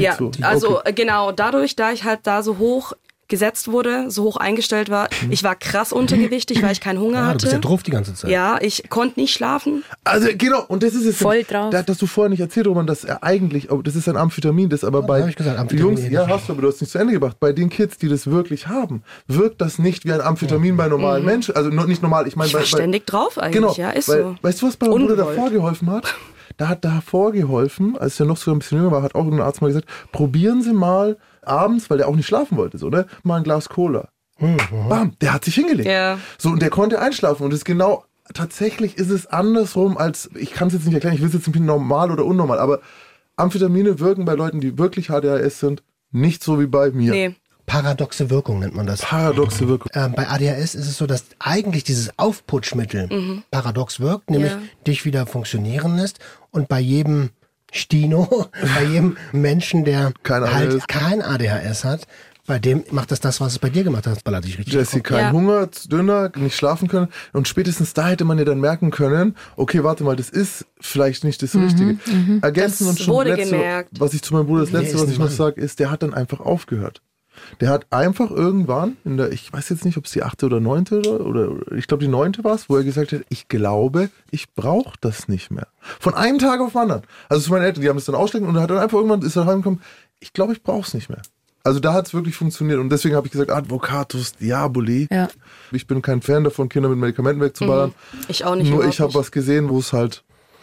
Genau, dadurch, da ich halt da so hoch gesetzt wurde, so hoch eingestellt war, ich war krass untergewichtig, weil ich keinen Hunger hatte. Du bist ja drauf die ganze Zeit. Ja, ich konnte nicht schlafen. Also genau, und das ist es. Voll drauf. Dass du vorher nicht erzählt, Roman, dass er eigentlich, das ist ein Amphetamin, das aber bei hab ich gesagt, Amphetamin Jungs, hast du, aber du hast nicht zu Ende gebracht. Bei den Kids, die das wirklich haben, wirkt das nicht wie ein Amphetamin bei normalen Menschen. Also nicht normal, ich meine... Ich war ständig drauf eigentlich, genau, ist weil, so. Weißt du, was bei meinem Bruder davor geholfen hat? Da hat davor geholfen, als er noch so ein bisschen jünger war, hat auch irgendein Arzt mal gesagt, probieren Sie mal abends, weil der auch nicht schlafen wollte, so, ne? Mal ein Glas Cola. Bam, der hat sich hingelegt. Ja. So, und der konnte einschlafen. Und das ist genau, tatsächlich ist es andersrum als, ich kann es jetzt nicht erklären, ich will es jetzt nicht normal oder unnormal, aber Amphetamine wirken bei Leuten, die wirklich ADHS sind, nicht so wie bei mir. Nee. Paradoxe Wirkung nennt man das. Paradoxe Wirkung. Bei ADHS ist es so, dass eigentlich dieses Aufputschmittel paradox wirkt, nämlich dich wieder funktionionieren lässt. Und bei jedem Stino, bei jedem Menschen, der kein ADHS hat, bei dem macht das, was es bei dir gemacht hat, ballert dich richtig. Jesse, kein Hunger, dünner, nicht schlafen können. Und spätestens da hätte man ja dann merken können, okay, warte mal, das ist vielleicht nicht das Richtige. Ergänzen Das und schon wurde gemerkt. was ich zu meinem Bruder, das Letzte, was ich noch sage, ist, der hat dann einfach aufgehört. Der hat einfach irgendwann, ich weiß jetzt nicht, ob es die 8. oder 9. oder ich glaube die 9. war es, wo er gesagt hat, ich glaube, ich brauche das nicht mehr. Von einem Tag auf den anderen. Also zu meinen Eltern, die haben es dann ausstecken und er hat dann einfach irgendwann, ist er heimgekommen, ich glaube, ich brauche es nicht mehr. Also da hat es wirklich funktioniert und deswegen habe ich gesagt, Advocatus Diaboli. Ja. Ich bin kein Fan davon, Kinder mit Medikamenten wegzuballern. Ich auch nicht. Nur ich habe was gesehen, wo es halt...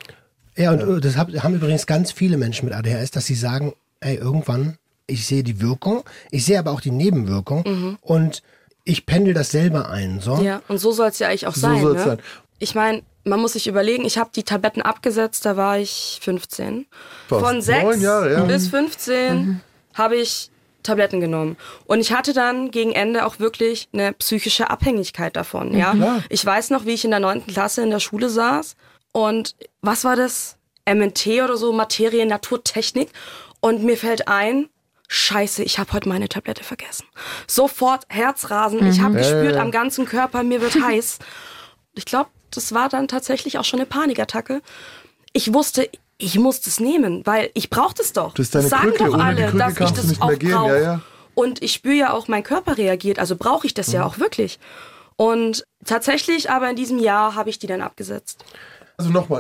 Ja, und das haben übrigens ganz viele Menschen mit ADHS, dass sie sagen, ey, irgendwann, ich sehe die Wirkung, ich sehe aber auch die Nebenwirkung und ich pendel das selber ein. So. Ja, und so soll es ja eigentlich auch sein. So soll es sein. Ich meine, man muss sich überlegen, ich habe die Tabletten abgesetzt, da war ich 15. Fast Von 6 9 Jahre, bis 15 habe ich Tabletten genommen. Und ich hatte dann gegen Ende auch wirklich eine psychische Abhängigkeit davon. Ja? Ich weiß noch, wie ich in der 9. Klasse in der Schule saß und was war das? MNT oder so, Materie, Naturtechnik. Und mir fällt ein, Scheiße, ich habe heute meine Tablette vergessen. Sofort Herzrasen. Ich habe gespürt am ganzen Körper, mir wird heiß. Ich glaube, das war dann tatsächlich auch schon eine Panikattacke. Ich wusste, ich muss das nehmen, weil ich brauche das doch. Das ist deine sagen Krücke. doch alle, dass ich kannst du das nicht auch mehr gehen. brauche. Ja. Und ich spüre ja auch, mein Körper reagiert, also brauche ich das ja auch wirklich. Und tatsächlich aber in diesem Jahr habe ich die dann abgesetzt. Also nochmal,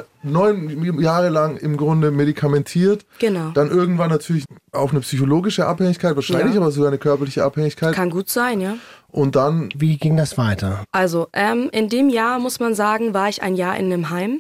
9 Jahre lang im Grunde medikamentiert. Genau. Dann irgendwann natürlich auch eine psychologische Abhängigkeit, wahrscheinlich aber sogar eine körperliche Abhängigkeit. Kann gut sein, ja. Und dann... Wie ging das weiter? Also in dem Jahr, muss man sagen, war ich ein Jahr in einem Heim.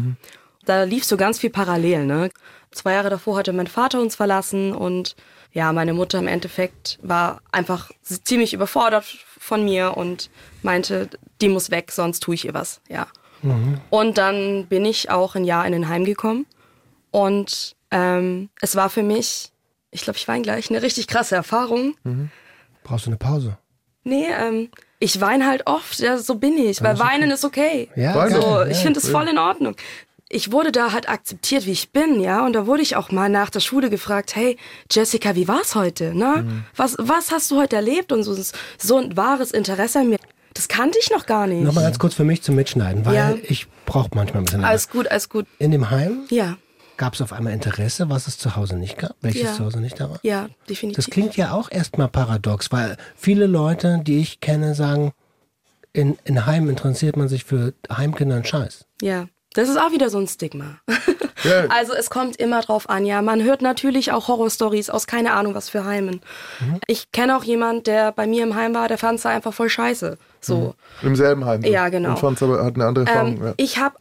Da lief so ganz viel parallel. Ne? 2 Jahre davor hatte mein Vater uns verlassen und ja, meine Mutter im Endeffekt war einfach ziemlich überfordert von mir und meinte, die muss weg, sonst tue ich ihr was. Ja. Und dann bin ich auch ein Jahr in ein Heim gekommen. Und es war für mich, ich glaube, ich weine gleich, eine richtig krasse Erfahrung. Brauchst du eine Pause? Nee, ich weine halt oft, ja, so bin ich, weil weinen ist okay. Ja, So, ich finde es voll in Ordnung. Ich wurde da halt akzeptiert, wie ich bin, ja, und da wurde ich auch mal nach der Schule gefragt, hey, Jessica, wie war's heute, ne? Was hast du heute erlebt? Und so ein wahres Interesse an mir, das kannte ich noch gar nicht. Nochmal ganz kurz für mich zum Mitschneiden, weil ich brauche manchmal ein bisschen länger. Alles gut. In dem Heim Ja. gab es auf einmal Interesse, was es zu Hause nicht gab, welches zu Hause nicht da war? Ja, definitiv. Das klingt ja auch erstmal paradox, weil viele Leute, die ich kenne, sagen, in Heim interessiert man sich für Heimkinder einen Scheiß. Ja, das ist auch wieder so ein Stigma. Ja. Also es kommt immer drauf an, ja. Man hört natürlich auch Horrorstories aus keine Ahnung was für Heimen. Ich kenne auch jemanden, der bei mir im Heim war, der fand es einfach voll scheiße. So. Im selben Heim. Ja, genau. Und fand's aber, hat eine andere Erfahrung.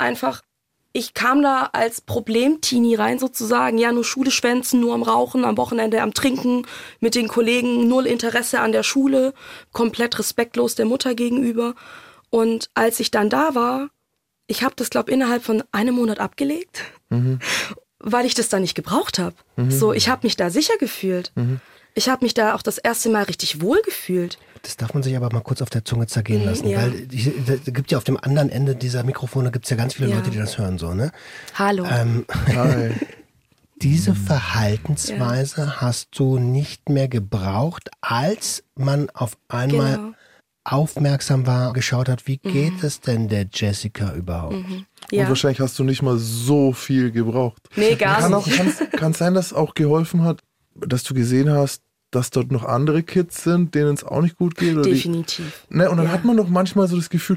Ich kam da als Problem-Teenie rein sozusagen, ja, nur Schule schwänzen, nur am Rauchen, am Wochenende am Trinken, mit den Kollegen, null Interesse an der Schule, komplett respektlos der Mutter gegenüber. Und als ich dann da war, ich habe das, glaube ich, innerhalb von einem Monat abgelegt, weil ich das dann nicht gebraucht habe. So, ich habe mich da sicher gefühlt. Ich habe mich da auch das erste Mal richtig wohl gefühlt. Das darf man sich aber mal kurz auf der Zunge zergehen lassen, ja. weil da gibt ja auf dem anderen Ende dieser Mikrofone gibt's ja ganz viele Leute, die das hören, so, ne? Hallo. Hi. Diese Verhaltensweise hast du nicht mehr gebraucht, als man auf einmal aufmerksam war, geschaut hat, wie geht es denn der Jessica überhaupt? Ja. Und wahrscheinlich hast du nicht mal so viel gebraucht. Nee, gar nicht. Kann sein, dass es auch geholfen hat, dass du gesehen hast, dass dort noch andere Kids sind, denen es auch nicht gut geht. Oder Definitiv. Und dann hat man doch manchmal so das Gefühl,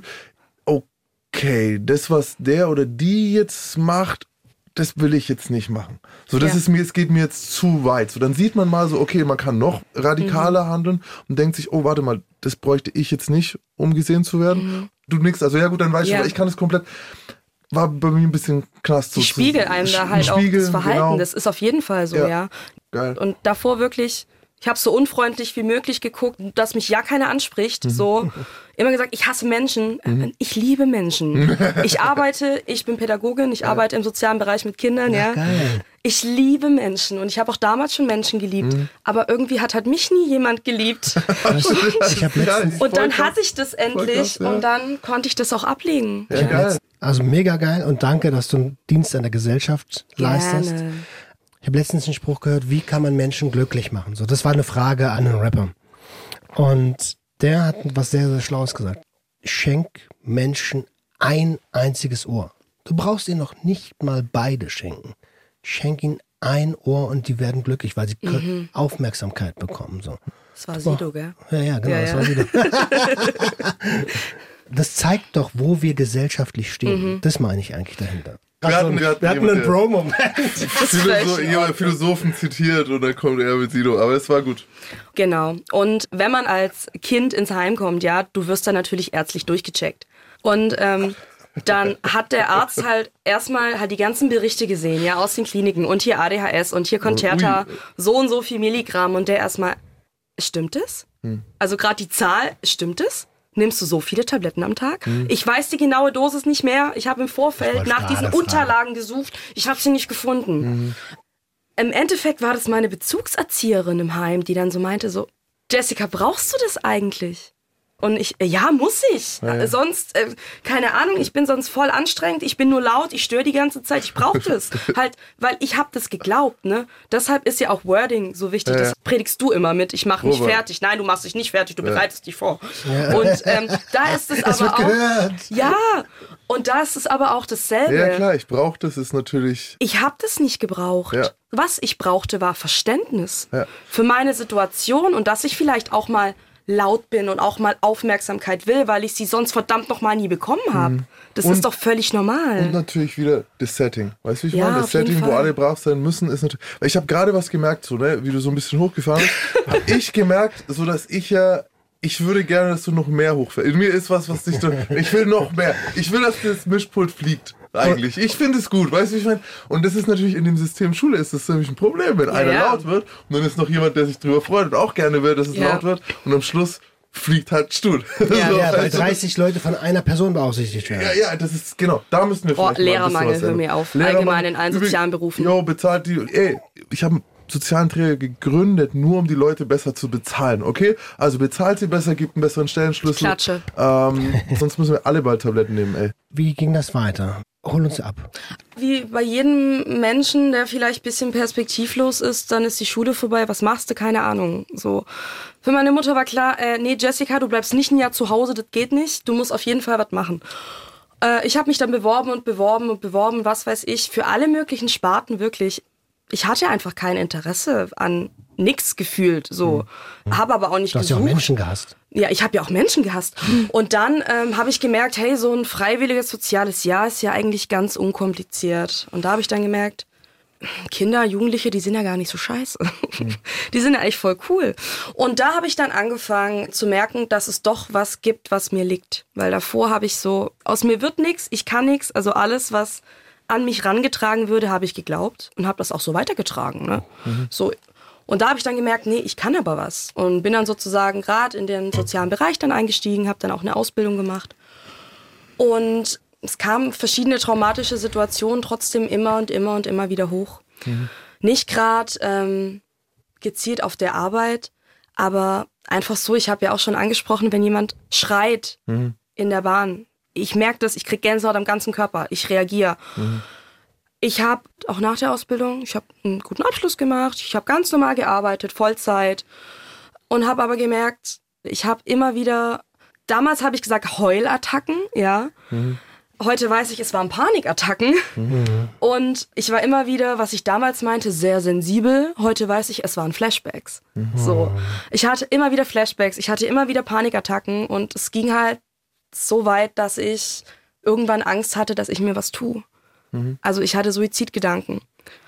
okay, das, was der oder die jetzt macht, das will ich jetzt nicht machen. So, es geht mir jetzt zu weit. So, dann sieht man mal so, okay, man kann noch radikaler handeln und denkt sich, oh, warte mal, das bräuchte ich jetzt nicht, um gesehen zu werden. Du nix, also ja gut, dann weiß ich, ich kann es komplett. War bei mir ein bisschen Knast. Die spiegeln einem da halt auch das Verhalten. Genau. Das ist auf jeden Fall so, ja. Geil. Und davor wirklich, ich habe so unfreundlich wie möglich geguckt, dass mich ja keiner anspricht. So immer gesagt, ich hasse Menschen. Ich liebe Menschen. Ich bin Pädagogin, ich arbeite im sozialen Bereich mit Kindern. Ja. Geil. Ich liebe Menschen und ich habe auch damals schon Menschen geliebt. Aber irgendwie hat halt mich nie jemand geliebt. Ich hab letztens, Und dann hatte ich das endlich und dann konnte ich das auch ablegen. Ja, geil. also mega geil und danke, dass du einen Dienst an der Gesellschaft leistest. Gerne. Ich habe letztens einen Spruch gehört, wie kann man Menschen glücklich machen? So, das war eine Frage an einen Rapper. Und der hat was sehr, sehr Schlaues gesagt. Schenk Menschen ein einziges Ohr. Du brauchst ihnen noch nicht mal beide schenken. Schenk ihnen ein Ohr und die werden glücklich, weil sie Aufmerksamkeit bekommen. So. Das war Sido, gell? Ja, genau, das war Sido. Das zeigt doch, wo wir gesellschaftlich stehen. Das meine ich eigentlich dahinter. Wir hatten einen Bro-Moment. Philosophen zitiert und dann kommt er mit Sido, aber es war gut. Genau. Und wenn man als Kind ins Heim kommt, ja, du wirst dann natürlich ärztlich durchgecheckt. Und dann hat der Arzt halt erstmal halt die ganzen Berichte gesehen, ja, aus den Kliniken und hier ADHS und hier Concerta, so und so viel Milligramm und der erstmal, stimmt es? Also gerade die Zahl, stimmt es? Nimmst du so viele Tabletten am Tag? Ich weiß die genaue Dosis nicht mehr. Ich habe im Vorfeld nach diesen Unterlagen gesucht. Ich habe sie nicht gefunden. Im Endeffekt war das meine Bezugserzieherin im Heim, die dann so meinte so, Jessica, brauchst du das eigentlich? Und ich, ja, muss ich. Ja. Sonst, keine Ahnung, ich bin sonst voll anstrengend, ich bin nur laut, ich störe die ganze Zeit, ich brauche das. Halt, weil ich habe das geglaubt, ne? Deshalb ist ja auch Wording so wichtig, das predigst du immer mit, ich mache mich fertig. Nein, du machst dich nicht fertig, du bereitest dich vor. Ja. Und da ist es aber auch... Gehört. Ja, und da ist es aber auch dasselbe. Ja klar, ich brauche das, ist natürlich... Ich habe das nicht gebraucht. Ja. Was ich brauchte, war Verständnis für meine Situation und dass ich vielleicht auch mal laut bin und auch mal Aufmerksamkeit will, weil ich sie sonst verdammt noch mal nie bekommen habe. Das ist doch völlig normal. Und natürlich wieder das Setting. Weißt du, wie ich meine? Das Setting, wo alle brav sein müssen, ist natürlich... Ich habe gerade was gemerkt, so, ne, wie du so ein bisschen hochgefahren bist, habe ich gemerkt, so dass ich würde gerne, dass du noch mehr hochfährst. In mir ist was nicht so... Ich will noch mehr. Ich will, dass das Mischpult fliegt. Eigentlich. Ich finde es gut, weißt du, wie ich meine? Und das ist natürlich in dem System Schule ist das nämlich ein Problem, wenn einer laut wird und dann ist noch jemand, der sich drüber freut und auch gerne will, dass es laut wird und am Schluss fliegt halt Stuhl. Ja, weil 30 Leute von einer Person beaufsichtigt werden. Ja, das ist, genau, da müssen wir vielleicht Lehrermangel, hör mir auf. Allgemein in allen sozialen Berufen. Bezahlt die, ich habe einen sozialen Träger gegründet, nur um die Leute besser zu bezahlen, okay? Also bezahlt sie besser, gibt einen besseren Stellenschlüssel. Klatsche. Sonst müssen wir alle bald Tabletten nehmen, ey. Wie ging das weiter? Hol uns ab. Wie bei jedem Menschen, der vielleicht ein bisschen perspektivlos ist, dann ist die Schule vorbei. Was machst du? Keine Ahnung. So. Für meine Mutter war klar, nee, Jessica, du bleibst nicht ein Jahr zu Hause, das geht nicht. Du musst auf jeden Fall was machen. Ich habe mich dann beworben, was weiß ich, für alle möglichen Sparten wirklich. Ich hatte einfach kein Interesse an nix gefühlt, so. Habe aber auch nicht gesucht. Du hast ja auch Menschen gehasst. Ja, ich habe ja auch Menschen gehasst. Und dann habe ich gemerkt, hey, so ein freiwilliges soziales Jahr ist ja eigentlich ganz unkompliziert. Und da habe ich dann gemerkt, Kinder, Jugendliche, die sind ja gar nicht so scheiße. Die sind ja echt voll cool. Und da habe ich dann angefangen zu merken, dass es doch was gibt, was mir liegt. Weil davor habe ich so, aus mir wird nichts, ich kann nichts. Also alles, was an mich rangetragen würde, habe ich geglaubt und habe das auch so weitergetragen. Ne? So. Und da habe ich dann gemerkt, nee, ich kann aber was. Und bin dann sozusagen gerade in den sozialen Bereich dann eingestiegen, habe dann auch eine Ausbildung gemacht. Und es kamen verschiedene traumatische Situationen trotzdem immer und immer wieder hoch. Nicht gerade gezielt auf der Arbeit, aber einfach so, ich habe ja auch schon angesprochen, wenn jemand schreit in der Bahn. Ich merke das, ich kriege Gänsehaut am ganzen Körper, ich reagiere. Ich habe auch nach der Ausbildung, ich habe einen guten Abschluss gemacht, ich habe ganz normal gearbeitet, Vollzeit und habe aber gemerkt, ich habe immer wieder, damals habe ich gesagt Heulattacken, ja. Heute weiß ich, es waren Panikattacken und ich war immer wieder, was ich damals meinte, sehr sensibel. Heute weiß ich, es waren Flashbacks. So, ich hatte immer wieder Flashbacks, ich hatte immer wieder Panikattacken und es ging halt so weit, dass ich irgendwann Angst hatte, dass ich mir was tue. Also ich hatte Suizidgedanken.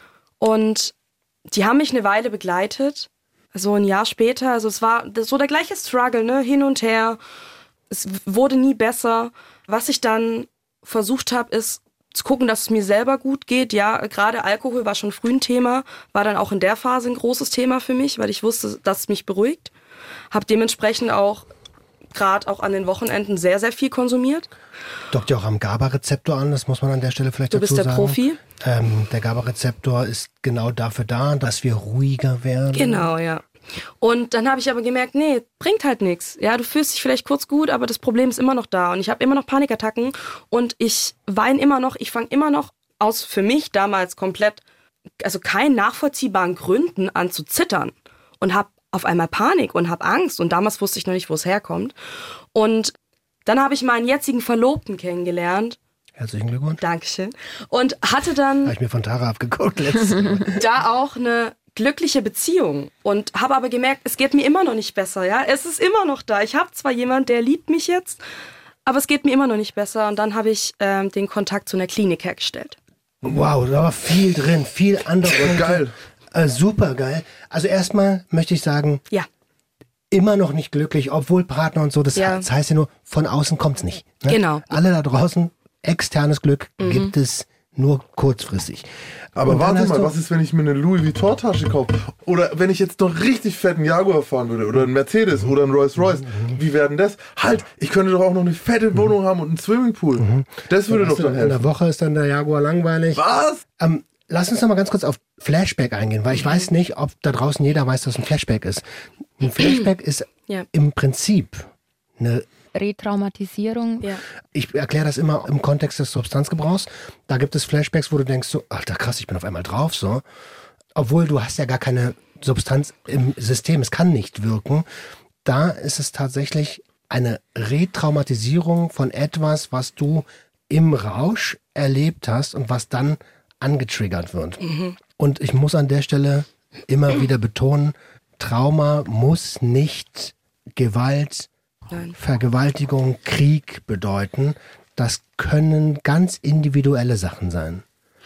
Und die haben mich eine Weile begleitet. So ein Jahr später, also es war so der gleiche Struggle, ne, hin und her. Es wurde nie besser. Was ich dann versucht habe, ist zu gucken, dass es mir selber gut geht. Ja, gerade Alkohol war schon früh ein Thema, war dann auch in der Phase ein großes Thema für mich, weil ich wusste, dass es mich beruhigt. Habe dementsprechend auch gerade auch an den Wochenenden sehr, sehr viel konsumiert. Dockt ja auch am GABA-Rezeptor an, das muss man an der Stelle vielleicht dazu sagen. Du bist der Profi. Der GABA-Rezeptor ist genau dafür da, dass wir ruhiger werden. Genau, ja. Und dann habe ich aber gemerkt, nee, bringt halt nichts. Ja, du fühlst dich vielleicht kurz gut, aber das Problem ist immer noch da. Und ich habe immer noch Panikattacken und ich weine immer noch, ich fange immer noch aus für mich damals komplett, also keinen nachvollziehbaren Gründen an zu zittern und habe auf einmal Panik und habe Angst und damals wusste ich noch nicht, wo es herkommt. Und dann habe ich meinen jetzigen Verlobten kennengelernt. Herzlichen Glückwunsch. Dankeschön. Und hatte dann... Habe ich mir von Tara abgeguckt letztes Mal. Da auch eine glückliche Beziehung und habe aber gemerkt, es geht mir immer noch nicht besser. Ja, es ist immer noch da. Ich habe zwar jemanden, der liebt mich jetzt, aber es geht mir immer noch nicht besser. Und dann habe ich den Kontakt zu einer Klinik hergestellt. Wow, da war viel drin, viel andere. Geil. Super geil. Also erstmal möchte ich sagen, ja, immer noch nicht glücklich, obwohl Partner und so, das heißt ja nur, von außen kommt's nicht. Ne? Genau. Alle da draußen, externes Glück gibt es nur kurzfristig. Aber warte mal, was ist, wenn ich mir eine Louis Vuitton-Tasche kaufe? Oder wenn ich jetzt noch richtig fetten Jaguar fahren würde oder einen Mercedes oder einen Rolls-Royce, wie werden das? Halt, ich könnte doch auch noch eine fette Wohnung haben und einen Swimmingpool. Das würde doch dann helfen. In der Woche ist dann der Jaguar langweilig. Was? Lass uns noch mal ganz kurz auf Flashback eingehen, weil ich weiß nicht, ob da draußen jeder weiß, was ein Flashback ist. Ein Flashback ist im Prinzip eine Retraumatisierung. Ja. Ich erkläre das immer im Kontext des Substanzgebrauchs. Da gibt es Flashbacks, wo du denkst so, Alter krass, ich bin auf einmal drauf so. Obwohl du hast ja gar keine Substanz im System, es kann nicht wirken. Da ist es tatsächlich eine Retraumatisierung von etwas, was du im Rausch erlebt hast und was dann angetriggert wird. Und ich muss an der Stelle immer wieder betonen, Trauma muss nicht Gewalt, Vergewaltigung, Krieg bedeuten. Das können ganz individuelle Sachen sein.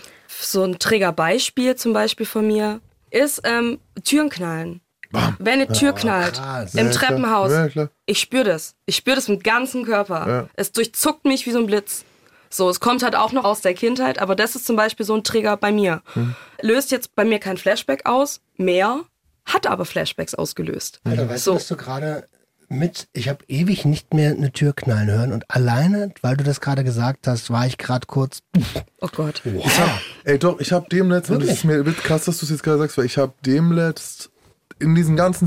So ein Triggerbeispiel zum Beispiel von mir ist Türen knallen. Bam. Wenn eine Tür knallt krass. im Treppenhaus, klar. ich spüre das. Ich spüre das mit dem ganzen Körper. Ja. Es durchzuckt mich wie so ein Blitz. So, es kommt halt auch noch aus der Kindheit, aber das ist zum Beispiel so ein Trigger bei mir. Löst jetzt bei mir kein Flashback aus, mehr, hat aber Flashbacks ausgelöst. Alter, weißt du, was du gerade ich habe ewig nicht mehr eine Tür knallen hören und alleine, weil du das gerade gesagt hast, war ich gerade kurz. Oh Gott. Ich habe demnächst, und das ist mir krass, dass du es jetzt gerade sagst, weil ich habe demnächst in diesen ganzen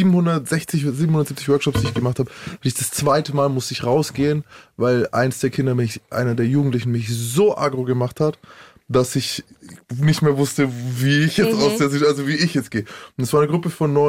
770 Workshops, die ich gemacht habe, das zweite Mal musste ich rausgehen, weil einer der Jugendlichen mich so aggro gemacht hat, dass ich nicht mehr wusste, wie ich jetzt aus der Situation, also wie ich jetzt gehe. Und es war eine Gruppe von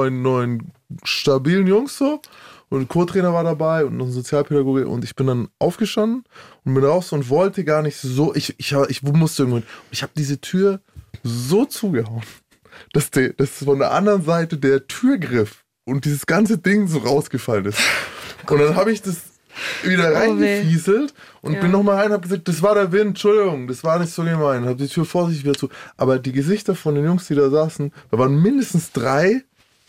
neun stabilen Jungs so. Und ein Co-Trainer war dabei und noch ein Sozialpädagoge. Und ich bin dann aufgestanden und bin raus und wollte gar nicht so. Ich musste irgendwann. Ich habe diese Tür so zugehauen, dass von der anderen Seite der Türgriff und dieses ganze Ding so rausgefallen ist. Und dann habe ich das wieder reingefieselt und bin nochmal rein und habe gesagt, das war der Wind, Entschuldigung, das war nicht so gemein. Habe die Tür vorsichtig wieder zu. Aber die Gesichter von den Jungs, die da saßen, da waren mindestens 3,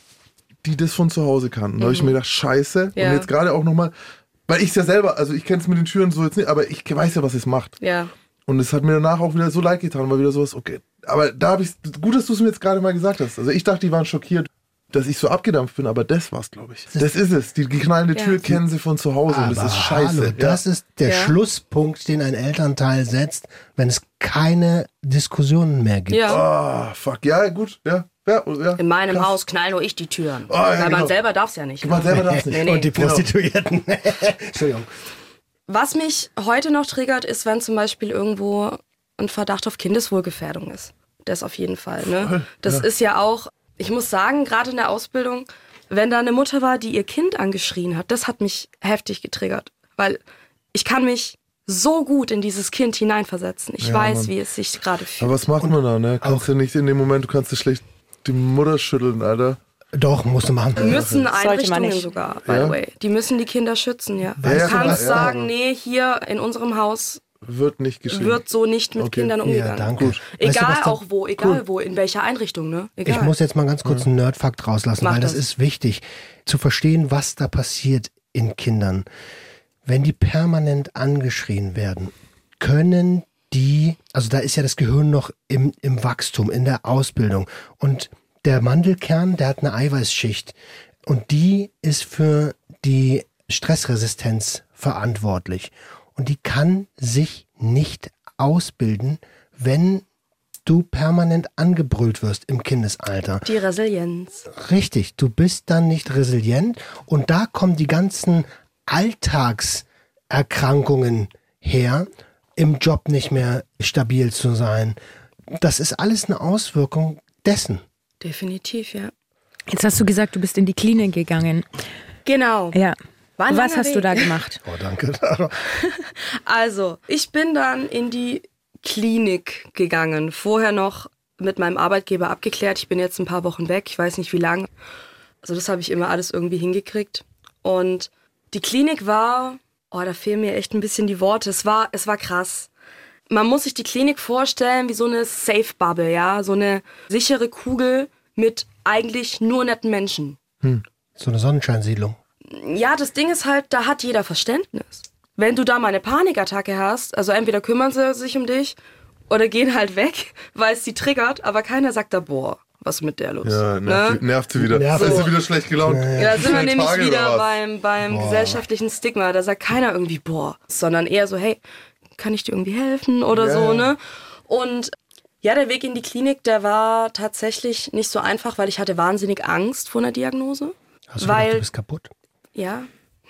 die das von zu Hause kannten. Da habe ich mir gedacht, scheiße. Ja. Und jetzt gerade auch nochmal, weil ich es ja selber, also ich kenne es mit den Türen so jetzt nicht, aber ich weiß ja, was es macht. Ja. Und es hat mir danach auch wieder so leid getan, war wieder sowas, okay. Aber da habe ich, gut, dass du es mir jetzt gerade mal gesagt hast. Also ich dachte, die waren schockiert, dass ich so abgedampft bin, aber das war's, glaube ich. Das ist es. Die knallende Tür kennen sie von zu Hause und das ist scheiße. Hallo, das ist der Schlusspunkt, den ein Elternteil setzt, wenn es keine Diskussionen mehr gibt. Ja. Oh, fuck. Ja, gut. Ja. In meinem Haus knall nur ich die Türen. Oh, ja, weil man selber darf es ja nicht. Man selber darf es nicht. Nee. Und die Prostituierten. Entschuldigung. Was mich heute noch triggert, ist, wenn zum Beispiel irgendwo ein Verdacht auf Kindeswohlgefährdung ist. Das auf jeden Fall. Ne? Das ist ja auch, ich muss sagen, gerade in der Ausbildung, wenn da eine Mutter war, die ihr Kind angeschrien hat, das hat mich heftig getriggert. Weil ich kann mich so gut in dieses Kind hineinversetzen. Ich weiß, wie es sich gerade fühlt. Aber was macht man da, ne? Kannst du nicht in dem Moment, du kannst dich schlecht die Mutter schütteln, Alter. Doch, musst du machen. Müssen Einrichtungen sogar, by the way. Die müssen die Kinder schützen, ja. Du kannst sagen, nee, hier in unserem Haus wird nicht geschehen. Wird so nicht mit Kindern umgegangen. Ja, danke. Egal auch wo, wo, in welcher Einrichtung, ne? Egal. Ich muss jetzt mal ganz kurz einen Nerdfakt rauslassen, weil das ist wichtig, zu verstehen, was da passiert in Kindern. Wenn die permanent angeschrien werden, können die, also da ist ja das Gehirn noch im Wachstum, in der Ausbildung. Und der Mandelkern, der hat eine Eiweißschicht. Und die ist für die Stressresistenz verantwortlich. Und die kann sich nicht ausbilden, wenn du permanent angebrüllt wirst im Kindesalter. Die Resilienz. Richtig, du bist dann nicht resilient. Und da kommen die ganzen Alltagserkrankungen her, im Job nicht mehr stabil zu sein. Das ist alles eine Auswirkung dessen. Definitiv, ja. Jetzt hast du gesagt, du bist in die Klinik gegangen. Genau. Ja. Was hast du da gemacht? Oh, danke. Also, ich bin dann in die Klinik gegangen. Vorher noch mit meinem Arbeitgeber abgeklärt. Ich bin jetzt ein paar Wochen weg. Ich weiß nicht, wie lange. Also, das habe ich immer alles irgendwie hingekriegt. Und die Klinik war, da fehlen mir echt ein bisschen die Worte. Es war krass. Man muss sich die Klinik vorstellen wie so eine Safe-Bubble, ja? So eine sichere Kugel mit eigentlich nur netten Menschen. So eine Sonnenscheinsiedlung. Ja, das Ding ist halt, da hat jeder Verständnis. Wenn du da mal eine Panikattacke hast, also entweder kümmern sie sich um dich oder gehen halt weg, weil es sie triggert, aber keiner sagt da, boah, was ist mit der los? Ja, nervt sie wieder. Ist sie wieder schlecht gelaunt? Ja, da sind wir nämlich wieder beim gesellschaftlichen Stigma. Da sagt keiner irgendwie, boah, sondern eher so, hey, kann ich dir irgendwie helfen oder so, ne? Und ja, der Weg in die Klinik, der war tatsächlich nicht so einfach, weil ich hatte wahnsinnig Angst vor einer Diagnose. Hast du gedacht, du bist kaputt? Ja.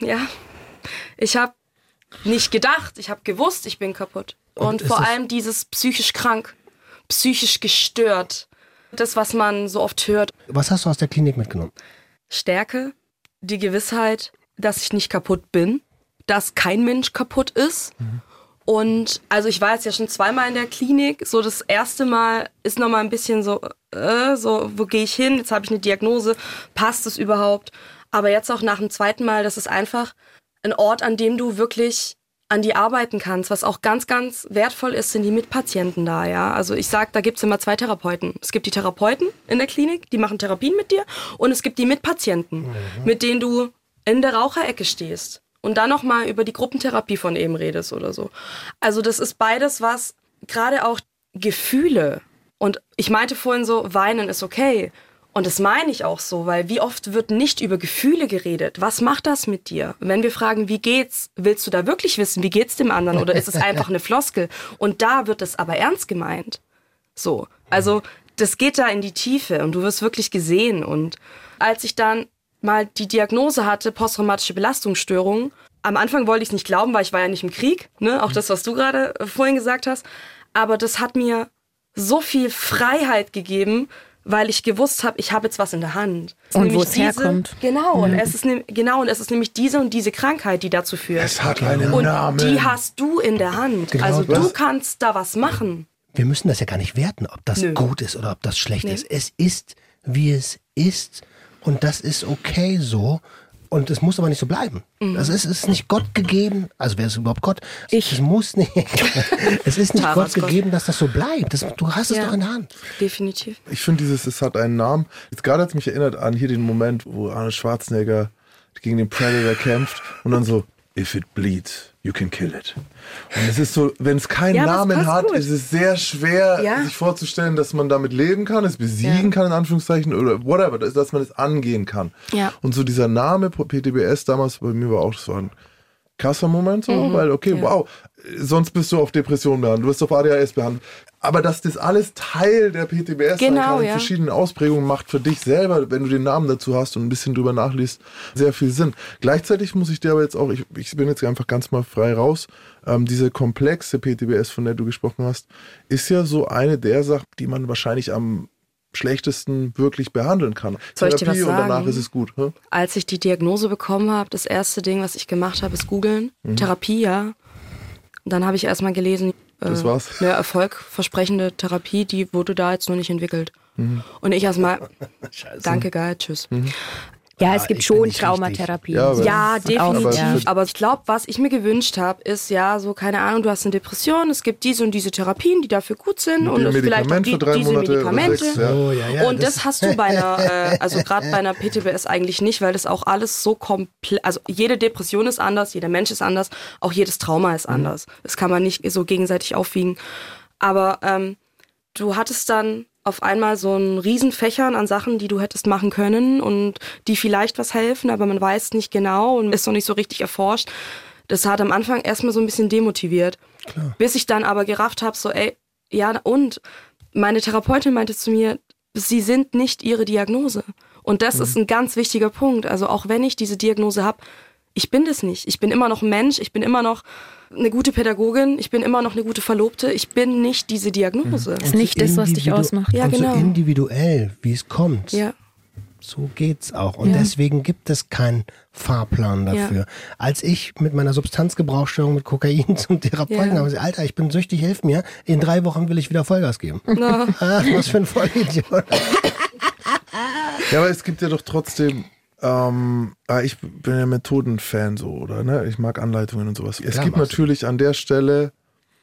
Ich habe nicht gedacht, ich habe gewusst, ich bin kaputt. Und vor allem dieses psychisch krank, psychisch gestört. Das, was man so oft hört. Was hast du aus der Klinik mitgenommen? Stärke, die Gewissheit, dass ich nicht kaputt bin, dass kein Mensch kaputt ist. Und also ich war jetzt ja schon 2-mal in der Klinik. So das erste Mal ist nochmal ein bisschen so, wo gehe ich hin? Jetzt habe ich eine Diagnose, passt es überhaupt? Aber jetzt auch nach dem 2. Mal, das ist einfach ein Ort, an dem du wirklich an die arbeiten kannst. Was auch ganz, ganz wertvoll ist, sind die Mitpatienten da, ja. Also ich sag, da gibt's immer 2 Therapeuten. Es gibt die Therapeuten in der Klinik, die machen Therapien mit dir. Und es gibt die Mitpatienten, mit denen du in der Raucherecke stehst. Und dann nochmal über die Gruppentherapie von eben redest oder so. Also das ist beides was, gerade auch Gefühle. Und ich meinte vorhin so, weinen ist okay. Und das meine ich auch so, weil wie oft wird nicht über Gefühle geredet? Was macht das mit dir? Wenn wir fragen, wie geht's, willst du da wirklich wissen, wie geht's dem anderen? Oder ist es einfach eine Floskel? Und da wird es aber ernst gemeint. So, also das geht da in die Tiefe und du wirst wirklich gesehen. Und als ich dann mal die Diagnose hatte, posttraumatische Belastungsstörung, am Anfang wollte ich es nicht glauben, weil ich war ja nicht im Krieg, ne? Auch das, was du gerade vorhin gesagt hast. Aber das hat mir so viel Freiheit gegeben, weil ich gewusst habe, ich habe jetzt was in der Hand. Und wo es herkommt. Genau, und es ist nämlich diese und diese Krankheit, die dazu führt. Es hat einen Namen. Und die hast du in der Hand. Genau, also du kannst da was machen. Wir müssen das ja gar nicht werten, ob das gut ist oder ob das schlecht ist. Es ist, wie es ist und das ist okay so. Und es muss aber nicht so bleiben. Es ist nicht Gott gegeben, also wer ist überhaupt Gott? Es muss nicht. Es ist nicht Gott gegeben, dass das so bleibt. Du hast es doch in der Hand. Definitiv. Ich finde es hat einen Namen. Jetzt gerade hat es mich erinnert an hier den Moment, wo Arnold Schwarzenegger gegen den Predator kämpft und dann so, if it bleeds, you can kill it. Und es ist so, wenn es keinen Namen hat, ist es sehr schwer, sich vorzustellen, dass man damit leben kann, es besiegen kann, in Anführungszeichen, oder whatever, dass man es angehen kann. Ja. Und so dieser Name PTBS damals bei mir war auch so ein krasser Moment, so, weil, wow, sonst bist du auf Depression behandelt, du wirst auf ADHS behandelt. Aber dass das alles Teil der PTBS sein kann, in verschiedenen Ausprägungen, macht für dich selber, wenn du den Namen dazu hast und ein bisschen drüber nachliest, sehr viel Sinn. Gleichzeitig muss ich dir aber jetzt auch, ich bin jetzt einfach ganz mal frei raus, diese komplexe PTBS, von der du gesprochen hast, ist ja so eine der Sachen, die man wahrscheinlich am schlechtesten wirklich behandeln kann. Soll ich dir was sagen? Und danach ist es gut. Hm? Als ich die Diagnose bekommen habe, das erste Ding, was ich gemacht habe, ist googeln. Therapie, ja. Und dann habe ich erstmal gelesen, das war's. Eine erfolgversprechende Therapie, die wurde da jetzt noch nicht entwickelt. Und ich erstmal, danke, geil, tschüss. Ja, es gibt schon Traumatherapie. Ja, definitiv. Aber ich glaube, was ich mir gewünscht habe, ist so, keine Ahnung, du hast eine Depression, es gibt diese und diese Therapien, die dafür gut sind und vielleicht auch diese Medikamente. Und das hast du bei einer, also gerade bei einer PTBS eigentlich nicht, weil das auch alles so komplett, also jede Depression ist anders, jeder Mensch ist anders, auch jedes Trauma ist anders. Das kann man nicht so gegenseitig aufwiegen. Aber du hattest dann auf einmal so ein Riesenfächern an Sachen, die du hättest machen können und die vielleicht was helfen, aber man weiß nicht genau und ist noch nicht so richtig erforscht. Das hat am Anfang erstmal so ein bisschen demotiviert. Klar. Bis ich dann aber gerafft habe, so und meine Therapeutin meinte zu mir, sie sind nicht ihre Diagnose. Und das ist ein ganz wichtiger Punkt. Also auch wenn ich diese Diagnose habe, ich bin das nicht. Ich bin immer noch ein Mensch, ich bin immer noch eine gute Pädagogin, ich bin immer noch eine gute Verlobte, ich bin nicht diese Diagnose. Das ist nicht das, was dich ausmacht. Ja, genau. So individuell, wie es kommt. Ja. So geht's auch. Und deswegen gibt es keinen Fahrplan dafür. Ja. Als ich mit meiner Substanzgebrauchsstörung mit Kokain zum Therapeuten habe, gesagt, Alter, ich bin süchtig, hilf mir. In 3 Wochen will ich wieder Vollgas geben. No. Ach, was für ein Vollidiot. Ja, aber es gibt ja doch trotzdem... ich bin ja Methodenfan so, oder? Ne? Ich mag Anleitungen und sowas. Es gibt natürlich an der Stelle